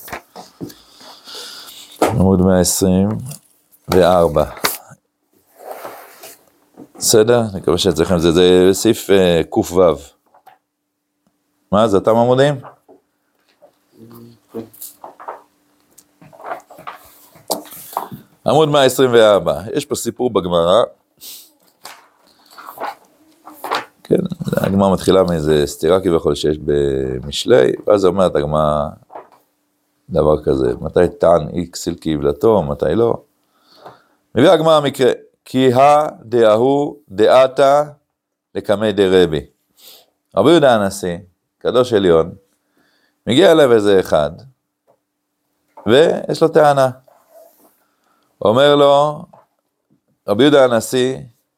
עמוד 124. בסדר? אני מקווה שאצלכם זה סעיף ק"ו. מה, זה אותם עמודים? עמוד 124, יש פה סיפור בגמרא, כן, הגמרא מתחילה מאיזה סתירה כביכול שיש במשלי, ואז אומרת הגמרא דבר כזה, מתי טען איקס סילקי יבלתו, מתי לא, מביא הגמרא מקרה, כי דאהו דעתה לקמי דרבי. רבי יהודה הנשיא, קדוש עליון, מגיע אליו איזה אחד, ויש לו טענה. אומר לו, רבי יהודה הנשיא,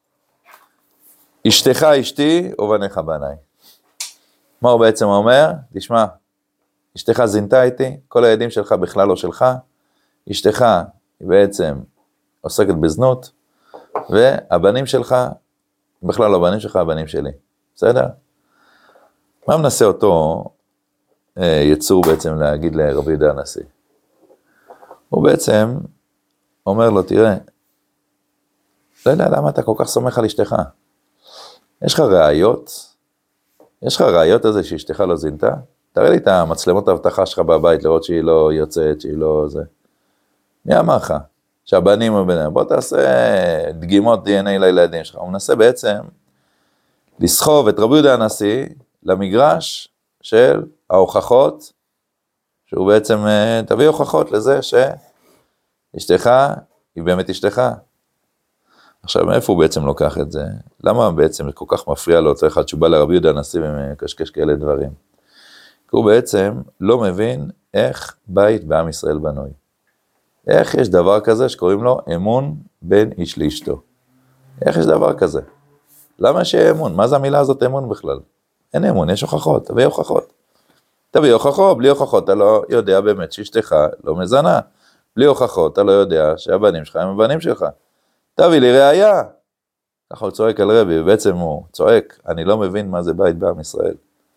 אשתך אשתי ובניך בניי. מה הוא בעצם אומר? תשמע, אשתך זינתה איתי, כל הילדים שלך בכלל לא שלך, אשתך היא בעצם עוסקת בזנות, והבנים שלך, בכלל לא הבנים שלך, הבנים שלי. בסדר? מה מנסה אותו יצור בעצם להגיד לרבי יהודה הנשיא? הוא בעצם אומר לו, תראה, לא יודע למה אתה כל כך סומך על אשתך. יש לך ראיות? יש לך ראיות הזה שאשתך לא זינתה? תראה לי את המצלמות ההבטחה שלך בבית, לראות שהיא לא יוצאת, שהיא לא זה. מי אמר לך? שהבנים וביניהם, בוא תעשה דגימות DNA לילדים שלך. הוא מנסה בעצם לסחוב את רבי יהודה הנשיא למגרש של ההוכחות, שהוא בעצם תביא הוכחות לזה שאשתך היא באמת אשתך. עכשיו, מאיפה הוא בעצם לוקח את זה? למה בעצם כל כך מפריע לו אותו אחד שהוא בא לרבי יהודה הנשיא ומקשקש כאלה דברים? כי הוא בעצם לא מבין איך בית בעם ישראל בנוי. איך יש דבר כזה שקוראים לו אמון בין איש לאשתו? איך יש דבר כזה? למה שיהיה אמון? מה זה המילה הזאת אמון בכלל? אין אמון, יש הוכחות, תביא הוכחות. תביא הוכחות, בלי הוכחות אתה לא יודע באמת שאשתך לא מזנה. בלי הוכחות אתה לא יודע שהבנים שלך הם הבנים שלך. תביא לי ראיה. ככה הוא צועק על רבי, ובעצם הוא צועק, אני לא מבין מה זה בית בעם ישראל.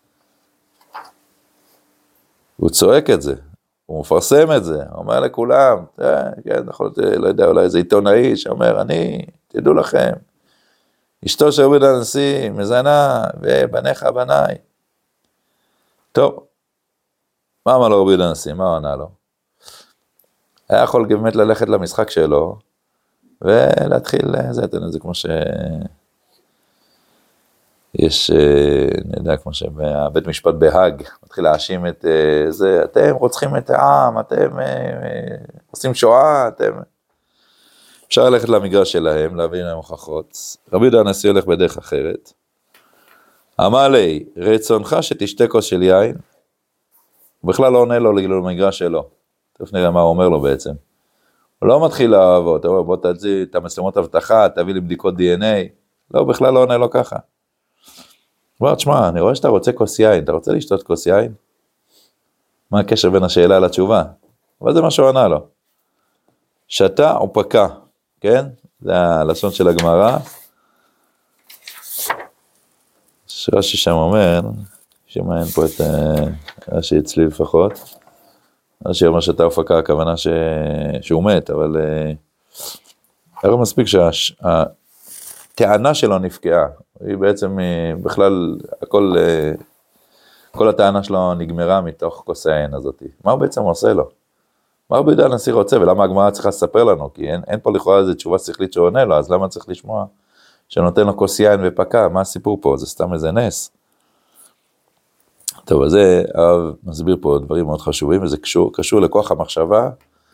הוא צועק את זה, הוא מפרסם את זה, הוא אומר לכולם, כן, לא יודע, אולי איזה עיתונאי שאומר, תדעו לכם, אשתו של רבי יהודה הנשיא מזנה, ובניך בניי. טוב, מה אמר לו רבי יהודה הנשיא? מה הוא ענה לו? היה יכול באמת ללכת למשחק שלו, ולהתחיל, זה כמו יש, אני יודע, כמו שבבית משפט בהאג, מתחיל להאשים את זה, אתם רוצחים את העם, אתם עושים שואה, אפשר ללכת למגרש שלהם, להביא להם הוכחות. רבי יהודה הנשיא הולך בדרך אחרת. אמר לי, רצונך שתשתה כוס של יין, הוא בכלל לא עונה לו למגרש שלו. תכף נראה מה הוא אומר לו בעצם. הוא לא מתחיל לעבוד, הוא אומר, בוא תעזי את המצלמות הבטחה, תביא לי בדיקות DNA. לא, הוא בכלל לא עונה לו ככה. הוא אומר, תשמע, אני רואה שאתה רוצה כוס יין, אתה רוצה לשתות כוס יין? מה הקשר בין השאלה לתשובה? אבל זה מה שהוא ענה לו. שתה או פקה, כן? זה הלשון של הגמרא. שרש"י שם אומר, שמעין פה את רש"י אצלי לפחות, רש"י אומר שתה או פקה, הכוונה שהוא מת, אבל הרי מספיק שהטענה שלו נפקעה, היא בעצם בכלל, כל הטענה שלו נגמרה מתוך כוס היין הזאת. מה הוא בעצם עושה לו? מה רבי יהודה הנשיא רוצה, ולמה הגמרא צריכה לספר לנו? כי אין פה לכאורה איזו תשובה שכלית שעונה לו, אז למה צריך לשמוע שנותן לו כוס יין ופקה? מה הסיפור פה? זה סתם איזה נס. טוב, אז זה הרב מסביר פה דברים מאוד חשובים, וזה קשור לכוח המחשבה,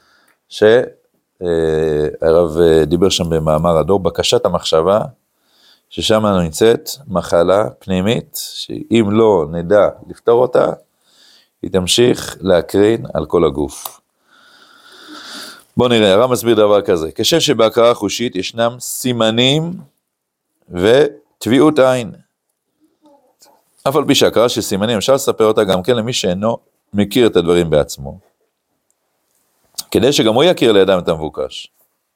שהרב דיבר שם במאמר הדור, בקשת המחשבה, ששם נמצאת מחלה פנימית, שאם לא נדע לפתור אותה, היא תמשיך להקרין על כל הגוף. בואו נראה, הרב מסביר דבר כזה, כשם שבהכרה חושית ישנם סימנים וטביעות עין. אף על פי שהכרה של סימנים, אפשר לספר אותה גם כן למי שאינו מכיר את הדברים בעצמו, כדי שגם הוא יכיר לידם את המבוקש.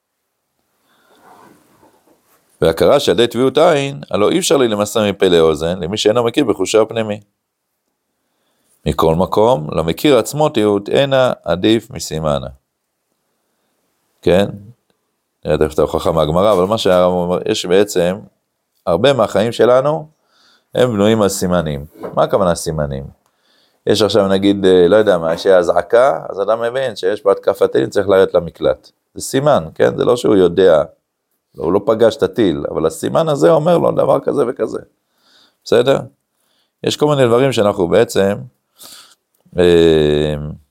והכרה שעל ידי טביעות עין, הלא אי אפשר לי למסע מפה לאוזן, למי שאינו מכיר בחושו הפנימי. מכל מקום, למכיר עצמו טביעות אינה עדיף מסימנה. כן? נראה תכף את ההוכחה מהגמרא, אבל מה שהרב אומר, יש בעצם, הרבה מהחיים שלנו, הם בנויים על סימנים. מה הכוונה סימנים? יש עכשיו נגיד, לא יודע מה, יש הזעקה, אז אדם מבין שיש בה התקפת טיל, צריך לרדת למקלט. זה סימן, כן? זה לא שהוא יודע, הוא לא פגש את הטיל, אבל הסימן הזה אומר לו דבר כזה וכזה. בסדר? יש כל מיני דברים שאנחנו בעצם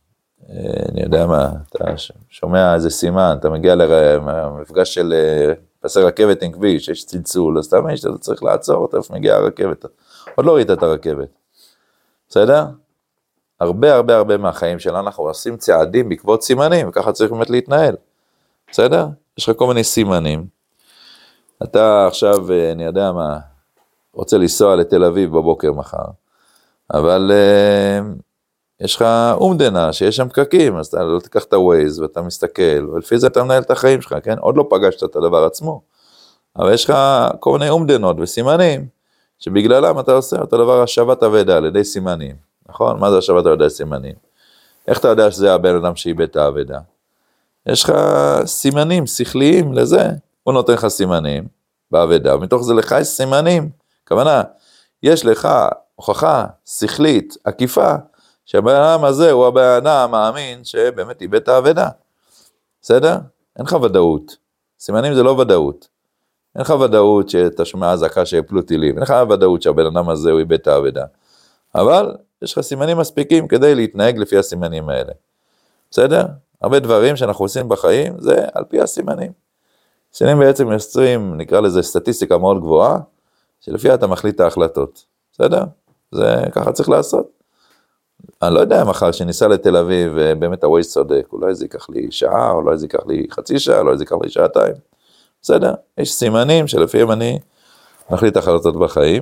אני יודע מה, אתה שומע איזה סימן, אתה מגיע למפגש של פסי רכבת עם כביש, יש צלצול, אז אתה מבין שאתה צריך לעצור, אתה מגיע הרכבת, עוד לא ראית את הרכבת, בסדר? הרבה מהחיים שלנו אנחנו עושים צעדים בעקבות סימנים, וככה צריך באמת להתנהל, בסדר? יש לך כל מיני סימנים, אתה עכשיו, אני יודע מה, רוצה לנסוע לתל אביב בבוקר מחר, אבל יש לך אומדנה שיש שם פקקים, אז אתה לא תיקח את הווייז ואתה מסתכל, ולפי זה אתה מנהל את החיים שלך, כן? עוד לא פגשת את הדבר עצמו, אבל יש לך כל מיני אומדנות וסימנים, שבגללם אתה עושה אותו דבר השבת אבדה על ידי סימנים, נכון? מה זה השבת אבדה סימנים? איך אתה יודע שזה הבן אדם שאיבד את האבדה? יש לך סימנים שכליים לזה, הוא נותן לך סימנים באבדה, ומתוך זה לך יש סימנים, כוונה, יש לך הוכחה שכלית, עקיפה, שהבן אדם הזה הוא הבן אדם המאמין שבאמת איבד את האבדה, בסדר? אין לך ודאות, סימנים זה לא ודאות, אין לך ודאות שאתה שומע אזעקה שיפלו טילים, אין לך ודאות שהבן אדם הזה הוא איבד את האבדה, אבל יש לך סימנים מספיקים כדי להתנהג לפי הסימנים האלה, בסדר? הרבה דברים שאנחנו עושים בחיים זה על פי הסימנים, סימנים בעצם יוצרים, נקרא לזה סטטיסטיקה מאוד גבוהה, שלפיה אתה מחליט את ההחלטות, בסדר? זה ככה צריך לעשות. אני לא יודע מחר שניסה לתל אביב ובאמת הווייז צודק, אולי זה ייקח לי שעה, אולי זה ייקח לי חצי שעה, אולי זה ייקח לי שעתיים, בסדר? יש סימנים שלפיהם אני מחליט החלטות בחיים,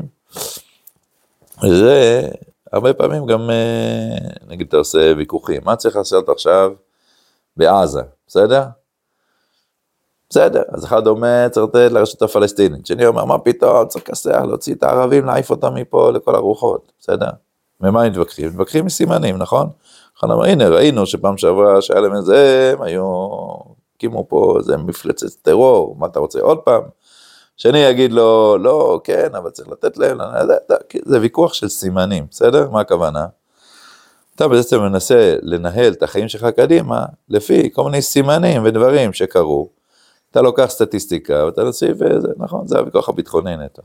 וזה הרבה פעמים גם, נגיד אתה עושה ויכוחים, מה צריך לעשות עכשיו בעזה, בסדר? בסדר, אז אחד אומר צריך לתת לרשות הפלסטינית, שני אומר מה פתאום, צריך כסח, להוציא את הערבים, להעיף אותם מפה לכל הרוחות, בסדר? ממה מתווכחים? מתווכחים מסימנים, נכון? אחד אומר, הנה ראינו שפעם שעברה שהיה להם איזה, הם היו, הקימו פה איזה מפלצת טרור, מה אתה רוצה עוד פעם? שני יגיד לו, לא, כן, אבל צריך לתת להם, זה ויכוח של סימנים, בסדר? מה הכוונה? אתה בעצם מנסה לנהל את החיים שלך קדימה, לפי כל מיני סימנים ודברים שקרו, אתה לוקח סטטיסטיקה, ואתה נוסיף וזה, נכון, זה הוויכוח הביטחוני נטו.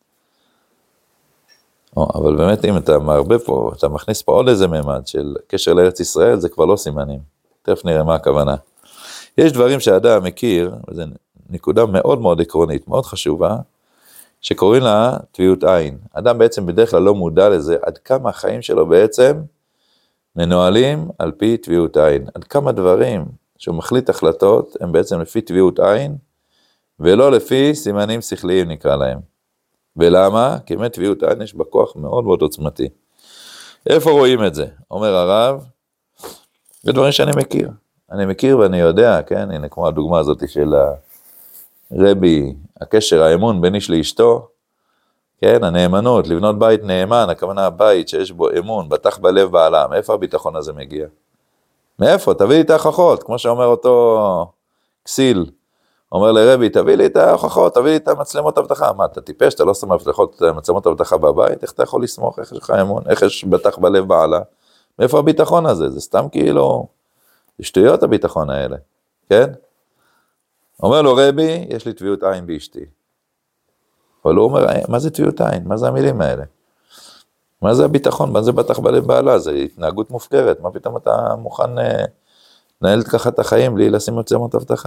אבל באמת אם אתה מרבה פה, אתה מכניס פה עוד איזה ממד של קשר לארץ ישראל, זה כבר לא סימנים. תכף נראה מה הכוונה. יש דברים שהאדם מכיר, וזו נקודה מאוד מאוד עקרונית, מאוד חשובה, שקוראים לה טביעות עין. אדם בעצם בדרך כלל לא מודע לזה, עד כמה החיים שלו בעצם מנוהלים על פי טביעות עין. עד כמה דברים שהוא מחליט החלטות, הם בעצם לפי טביעות עין, ולא לפי סימנים שכליים נקרא להם. ולמה? כי באמת טביעות עין יש בה כוח מאוד מאוד עוצמתי. איפה רואים את זה? אומר הרב, זה דברים שאני מכיר. אני מכיר ואני יודע, כן? הנה כמו הדוגמה הזאת של הרבי, הקשר, האמון בין איש לאשתו, כן? הנאמנות, לבנות בית נאמן, הכוונה הבית שיש בו אמון, בטח בלב בעלה. מאיפה הביטחון הזה מגיע? מאיפה? תביא לי את ההוכחות, כמו שאומר אותו כסיל, אומר לרבי, תביא לי את ההוכחות, תביא לי את המצלמות הבטחה. מה, אתה טיפש, אתה לא שם מצלמות הבטחה בבית? איך אתה יכול לסמוך? איך יש לך אמון? איך יש בטח בלב בעלה? מאיפה הביטחון הזה? זה סתם כאילו, זה שטויות הביטחון האלה, כן? אומר לו רבי, יש לי טביעות עין באשתי. אבל הוא אומר, מה זה טביעות עין? מה זה המילים האלה? מה זה הביטחון? מה זה בטח בלב בעלה? זה התנהגות מופקרת. מה פתאום אתה מוכן לנהל ככה את החיים בלי לשים מצלמות הבטחה?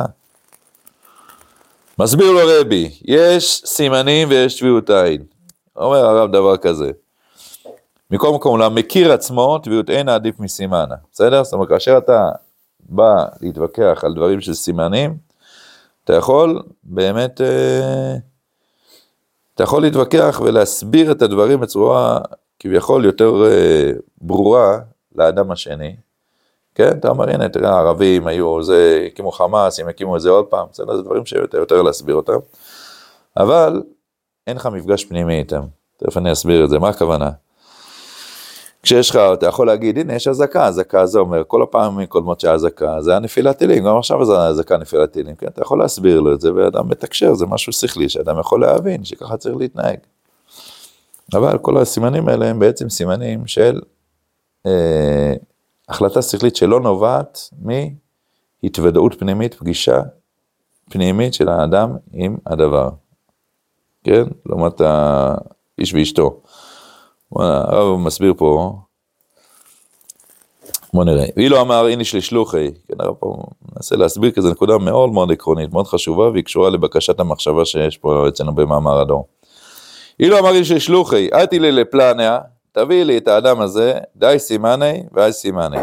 מסביר לו רבי, יש סימנים ויש טביעות עין. אומר הרב דבר כזה. מכל מקום, למכיר עצמו, טביעות עין עדיף מסימנה. בסדר? זאת אומרת, כאשר אתה בא להתווכח על דברים של סימנים, אתה יכול באמת, אתה יכול להתווכח ולהסביר את הדברים בצורה כביכול יותר ברורה לאדם השני. כן, אתה אומר, הנה, תראה, הערבים היו, זה, הקימו חמאס, הם הקימו את זה עוד פעם, זה דברים שיותר להסביר אותם, אבל אין לך מפגש פנימי איתם, תכף אני אסביר את זה, מה הכוונה? כשיש לך, אתה יכול להגיד, הנה, יש הזקה, הזקה זה אומר, כל הפעמים קודמות שהזקה, זה היה נפילת טילים, גם עכשיו זה הזקה נפילת טילים, כן, אתה יכול להסביר לו את זה, ואדם מתקשר, זה משהו שכלי, שאדם יכול להבין, שככה צריך להתנהג. אבל כל הסימנים האלה הם בעצם סימנים של החלטה שכלית שלא נובעת מהתוודעות פנימית, פגישה פנימית של האדם עם הדבר. כן? לעומת האיש ואשתו. הרב מסביר פה, בוא נראה. ואילו אמר, הנה שלי שלוחי, כן, הרב פה ננסה להסביר כזה נקודה מאוד מאוד עקרונית, מאוד חשובה, והיא קשורה לבקשת המחשבה שיש פה אצלנו במאמר הדור. אילו אמר, הנה שלי שלוחי, אתי לי לפלניה, תביא לי את האדם הזה, די סימני ואי סימני.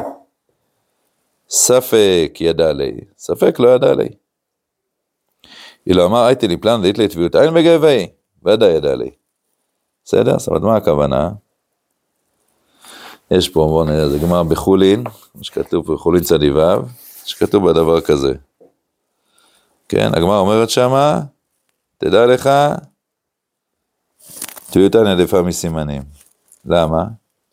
ספק ידע לי, ספק לא ידע לי. אילו אמר, הייתי לי פלן, דהית לי תביעות עין בגבי, ודאי ידע לי. בסדר? זאת אומרת, מה הכוונה? יש פה, בואו נראה, זה גמר בחולין, שכתוב בחולין צדיו, שכתוב בדבר כזה. כן, הגמר אומרת שמה, תדע לך, תביעות עין עדיפה מסימנים. למה?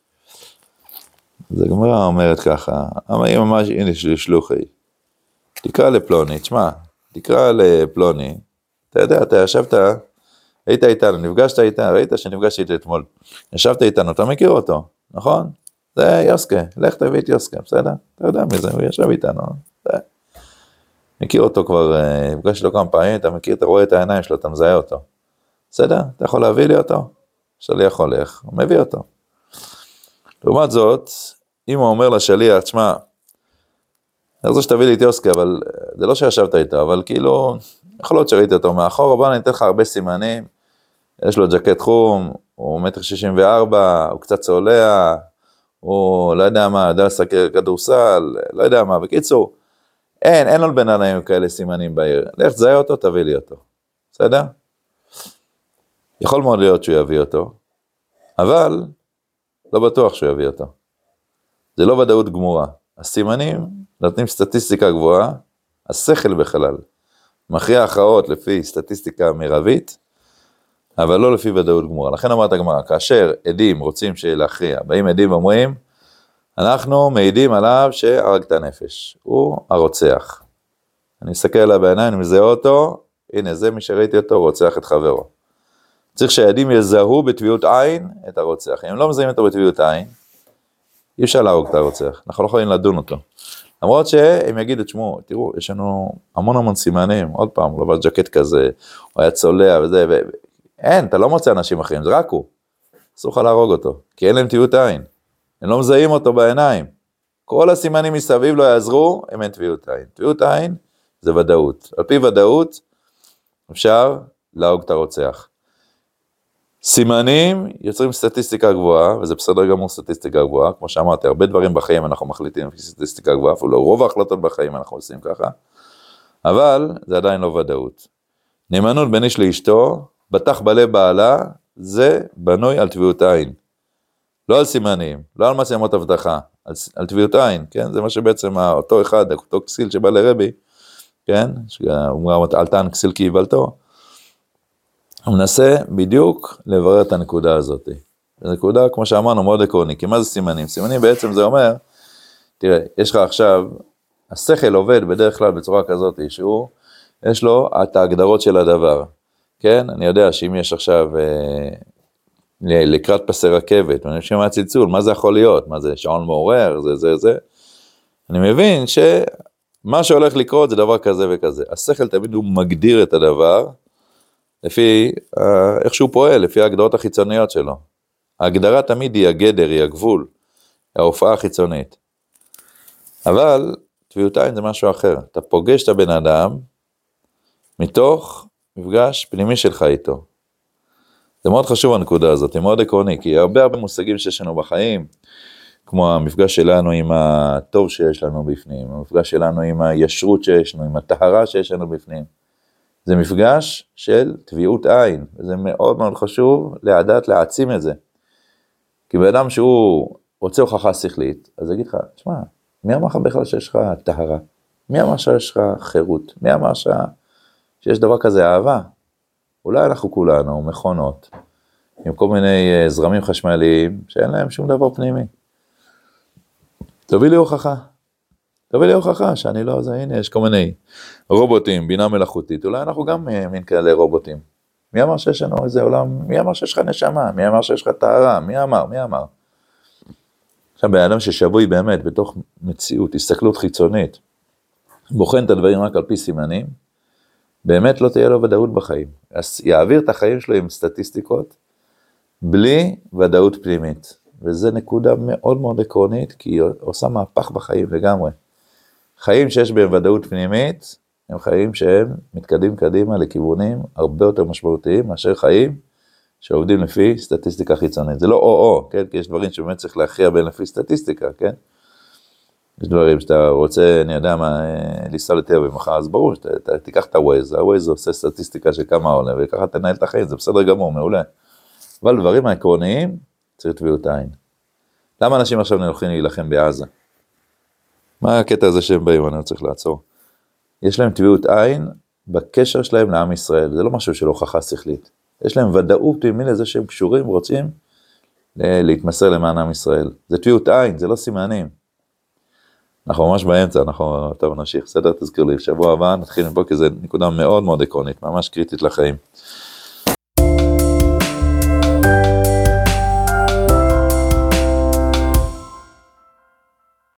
אז הגמרא אומרת ככה, אמרים ממש, הנה שלוחי, תקרא לפלוני, תשמע, תקרא לפלוני, אתה יודע, אתה ישבת, היית איתנו, נפגשת איתנו, ראית שנפגשת איתו אתמול, ישבת איתנו, אתה מכיר אותו, נכון? זה יוסקה, לך תביא את יוסקה, בסדר? אתה יודע מי זה, הוא ישב איתנו, מכיר אותו כבר, נפגש לו כמה פעמים, אתה מכיר, אתה רואה את העיניים שלו, אתה מזהה אותו, בסדר? אתה יכול להביא לי אותו? שליח הולך, הוא מביא אותו. לעומת זאת, אם הוא אומר לשליח, תשמע, אני רוצה שתביא לי את יוסקה, אבל זה לא שישבת איתו, אבל כאילו, יכול להיות שראיתי אותו מאחור, בוא אני אתן לך הרבה סימנים, יש לו ג'קט חום, הוא 1.64 מטר, הוא קצת צולע, הוא לא יודע מה, יודע לסקר כדורסל, לא יודע מה, בקיצור, אין לו בין עיניים כאלה סימנים בעיר, לך תזהה אותו, תביא לי אותו, בסדר? יכול מאוד להיות שהוא יביא אותו, אבל לא בטוח שהוא יביא אותו. זה לא ודאות גמורה. הסימנים נותנים סטטיסטיקה גבוהה, השכל בכלל, מכריע הכרעות לפי סטטיסטיקה מרבית, אבל לא לפי ודאות גמורה. לכן אמרת הגמרא, כאשר עדים רוצים להכריע, באים עדים ואומרים, אנחנו מעידים עליו שהרג את הנפש, הוא הרוצח. אני מסתכל עליו בעיניים, אני מזהה אותו, הנה זה מי שראיתי אותו, רוצח את חברו. צריך שהעדים יזהו בתביעות עין את הרוצח. אם לא מזהים אותו בתביעות עין, אי אפשר להרוג את הרוצח, אנחנו לא יכולים לדון אותו. למרות שהם יגידו, תשמעו, תראו, יש לנו המון סימנים, עוד פעם, הוא לבש ג'קט כזה, הוא היה צולע וזה, אין, אתה לא מוצא אנשים אחרים, זה רק הוא. אסור לך להרוג אותו, כי אין להם תביעות עין. הם לא מזהים אותו בעיניים. כל הסימנים מסביב לא יעזרו, הם אין תביעות עין. תביעות עין זה ודאות. על פי ודאות אפשר להרוג את הרוצח. סימנים יוצרים סטטיסטיקה גבוהה, וזה בסדר גמור סטטיסטיקה גבוהה, כמו שאמרתי, הרבה דברים בחיים אנחנו מחליטים לפי סטטיסטיקה גבוהה, אפילו רוב ההחלטות בחיים אנחנו עושים ככה, אבל זה עדיין לא ודאות. נאמנות בין איש לאשתו, בטח בלב בעלה, זה בנוי על תביעות עין. לא על סימנים, לא על מצלמות הבטחה, על תביעות עין, כן? זה מה שבעצם אותו אחד, אותו כסיל שבא לרבי, כן? הוא אומר, אלתן כסיל כי יבלתו, הוא מנסה בדיוק לברר את הנקודה הזאת. זו נקודה, כמו שאמרנו, מאוד עקרוני. כי מה זה סימנים? סימנים בעצם זה אומר, תראה, יש לך עכשיו, השכל עובד בדרך כלל בצורה כזאת, שהוא, יש לו את ההגדרות של הדבר. כן? אני יודע שאם יש עכשיו לקראת פסי רכבת, ואני חושב מה הצלצול, מה זה יכול להיות? מה זה שעון מעורר? זה. אני מבין שמה שהולך לקרות זה דבר כזה וכזה. השכל תמיד הוא מגדיר את הדבר, לפי איך שהוא פועל, לפי ההגדרות החיצוניות שלו. ההגדרה תמיד היא הגדר, היא הגבול, ההופעה החיצונית. אבל תביעות עין זה משהו אחר. אתה פוגש את הבן אדם מתוך מפגש פנימי שלך איתו. זה מאוד חשוב הנקודה הזאת, היא מאוד עקרוני, כי הרבה מושגים שיש לנו בחיים, כמו המפגש שלנו עם הטוב שיש לנו בפנים, המפגש שלנו עם הישרות שיש לנו, עם הטהרה שיש לנו בפנים. זה מפגש של תביעות עין, וזה מאוד מאוד חשוב לדעת להעצים את זה. כי באדם שהוא רוצה הוכחה שכלית, אז יגיד לך, תשמע, מי אמר לך בכלל שיש לך טהרה? מי אמר שיש לך חירות? מי אמר שיש דבר כזה אהבה? אולי אנחנו כולנו מכונות, עם כל מיני זרמים חשמליים, שאין להם שום דבר פנימי. תביא לי הוכחה. תביא לי הוכחה שאני לא, זה הנה, יש כל מיני רובוטים, בינה מלאכותית, אולי אנחנו גם מין כאלה רובוטים. מי אמר שיש לנו איזה עולם, מי אמר שיש לך נשמה, מי אמר שיש לך טהרה, מי אמר? עכשיו, באדם ששבוי באמת בתוך מציאות, הסתכלות חיצונית, בוחן את הדברים רק על פי סימנים, באמת לא תהיה לו ודאות בחיים. אז יעביר את החיים שלו עם סטטיסטיקות, בלי ודאות פנימית. וזה נקודה מאוד מאוד עקרונית, כי היא עושה מהפך בחיים לגמרי. חיים שיש בהם ודאות פנימית, הם חיים שהם מתקדמים קדימה לכיוונים הרבה יותר משמעותיים, מאשר חיים שעובדים לפי סטטיסטיקה חיצונית. זה לא או-או, כן? כי יש דברים שבאמת צריך להכריע בין לפי סטטיסטיקה, כן? יש דברים שאתה רוצה, אני יודע מה, לנסוע לתל אביב מחר, אז ברור שאתה תיקח את הווייז, הווייז עושה סטטיסטיקה של כמה עולה, וככה תנהל את החיים, זה בסדר גמור, מעולה. אבל דברים העקרוניים, צריך טביעות עין. למה אנשים עכשיו הולכים להילחם בעזה? מה הקטע הזה שהם באים, אני צריך לעצור. יש להם טביעות עין בקשר שלהם לעם ישראל, זה לא משהו של הוכחה שכלית. יש להם ודאות פנימית לזה שהם קשורים ורוצים להתמסר למען עם ישראל. זה טביעות עין, זה לא סימנים. אנחנו ממש באמצע, טוב, נמשיך, בסדר, תזכיר לי, שבוע הבא נתחיל מפה, כי זו נקודה מאוד מאוד עקרונית, ממש קריטית לחיים.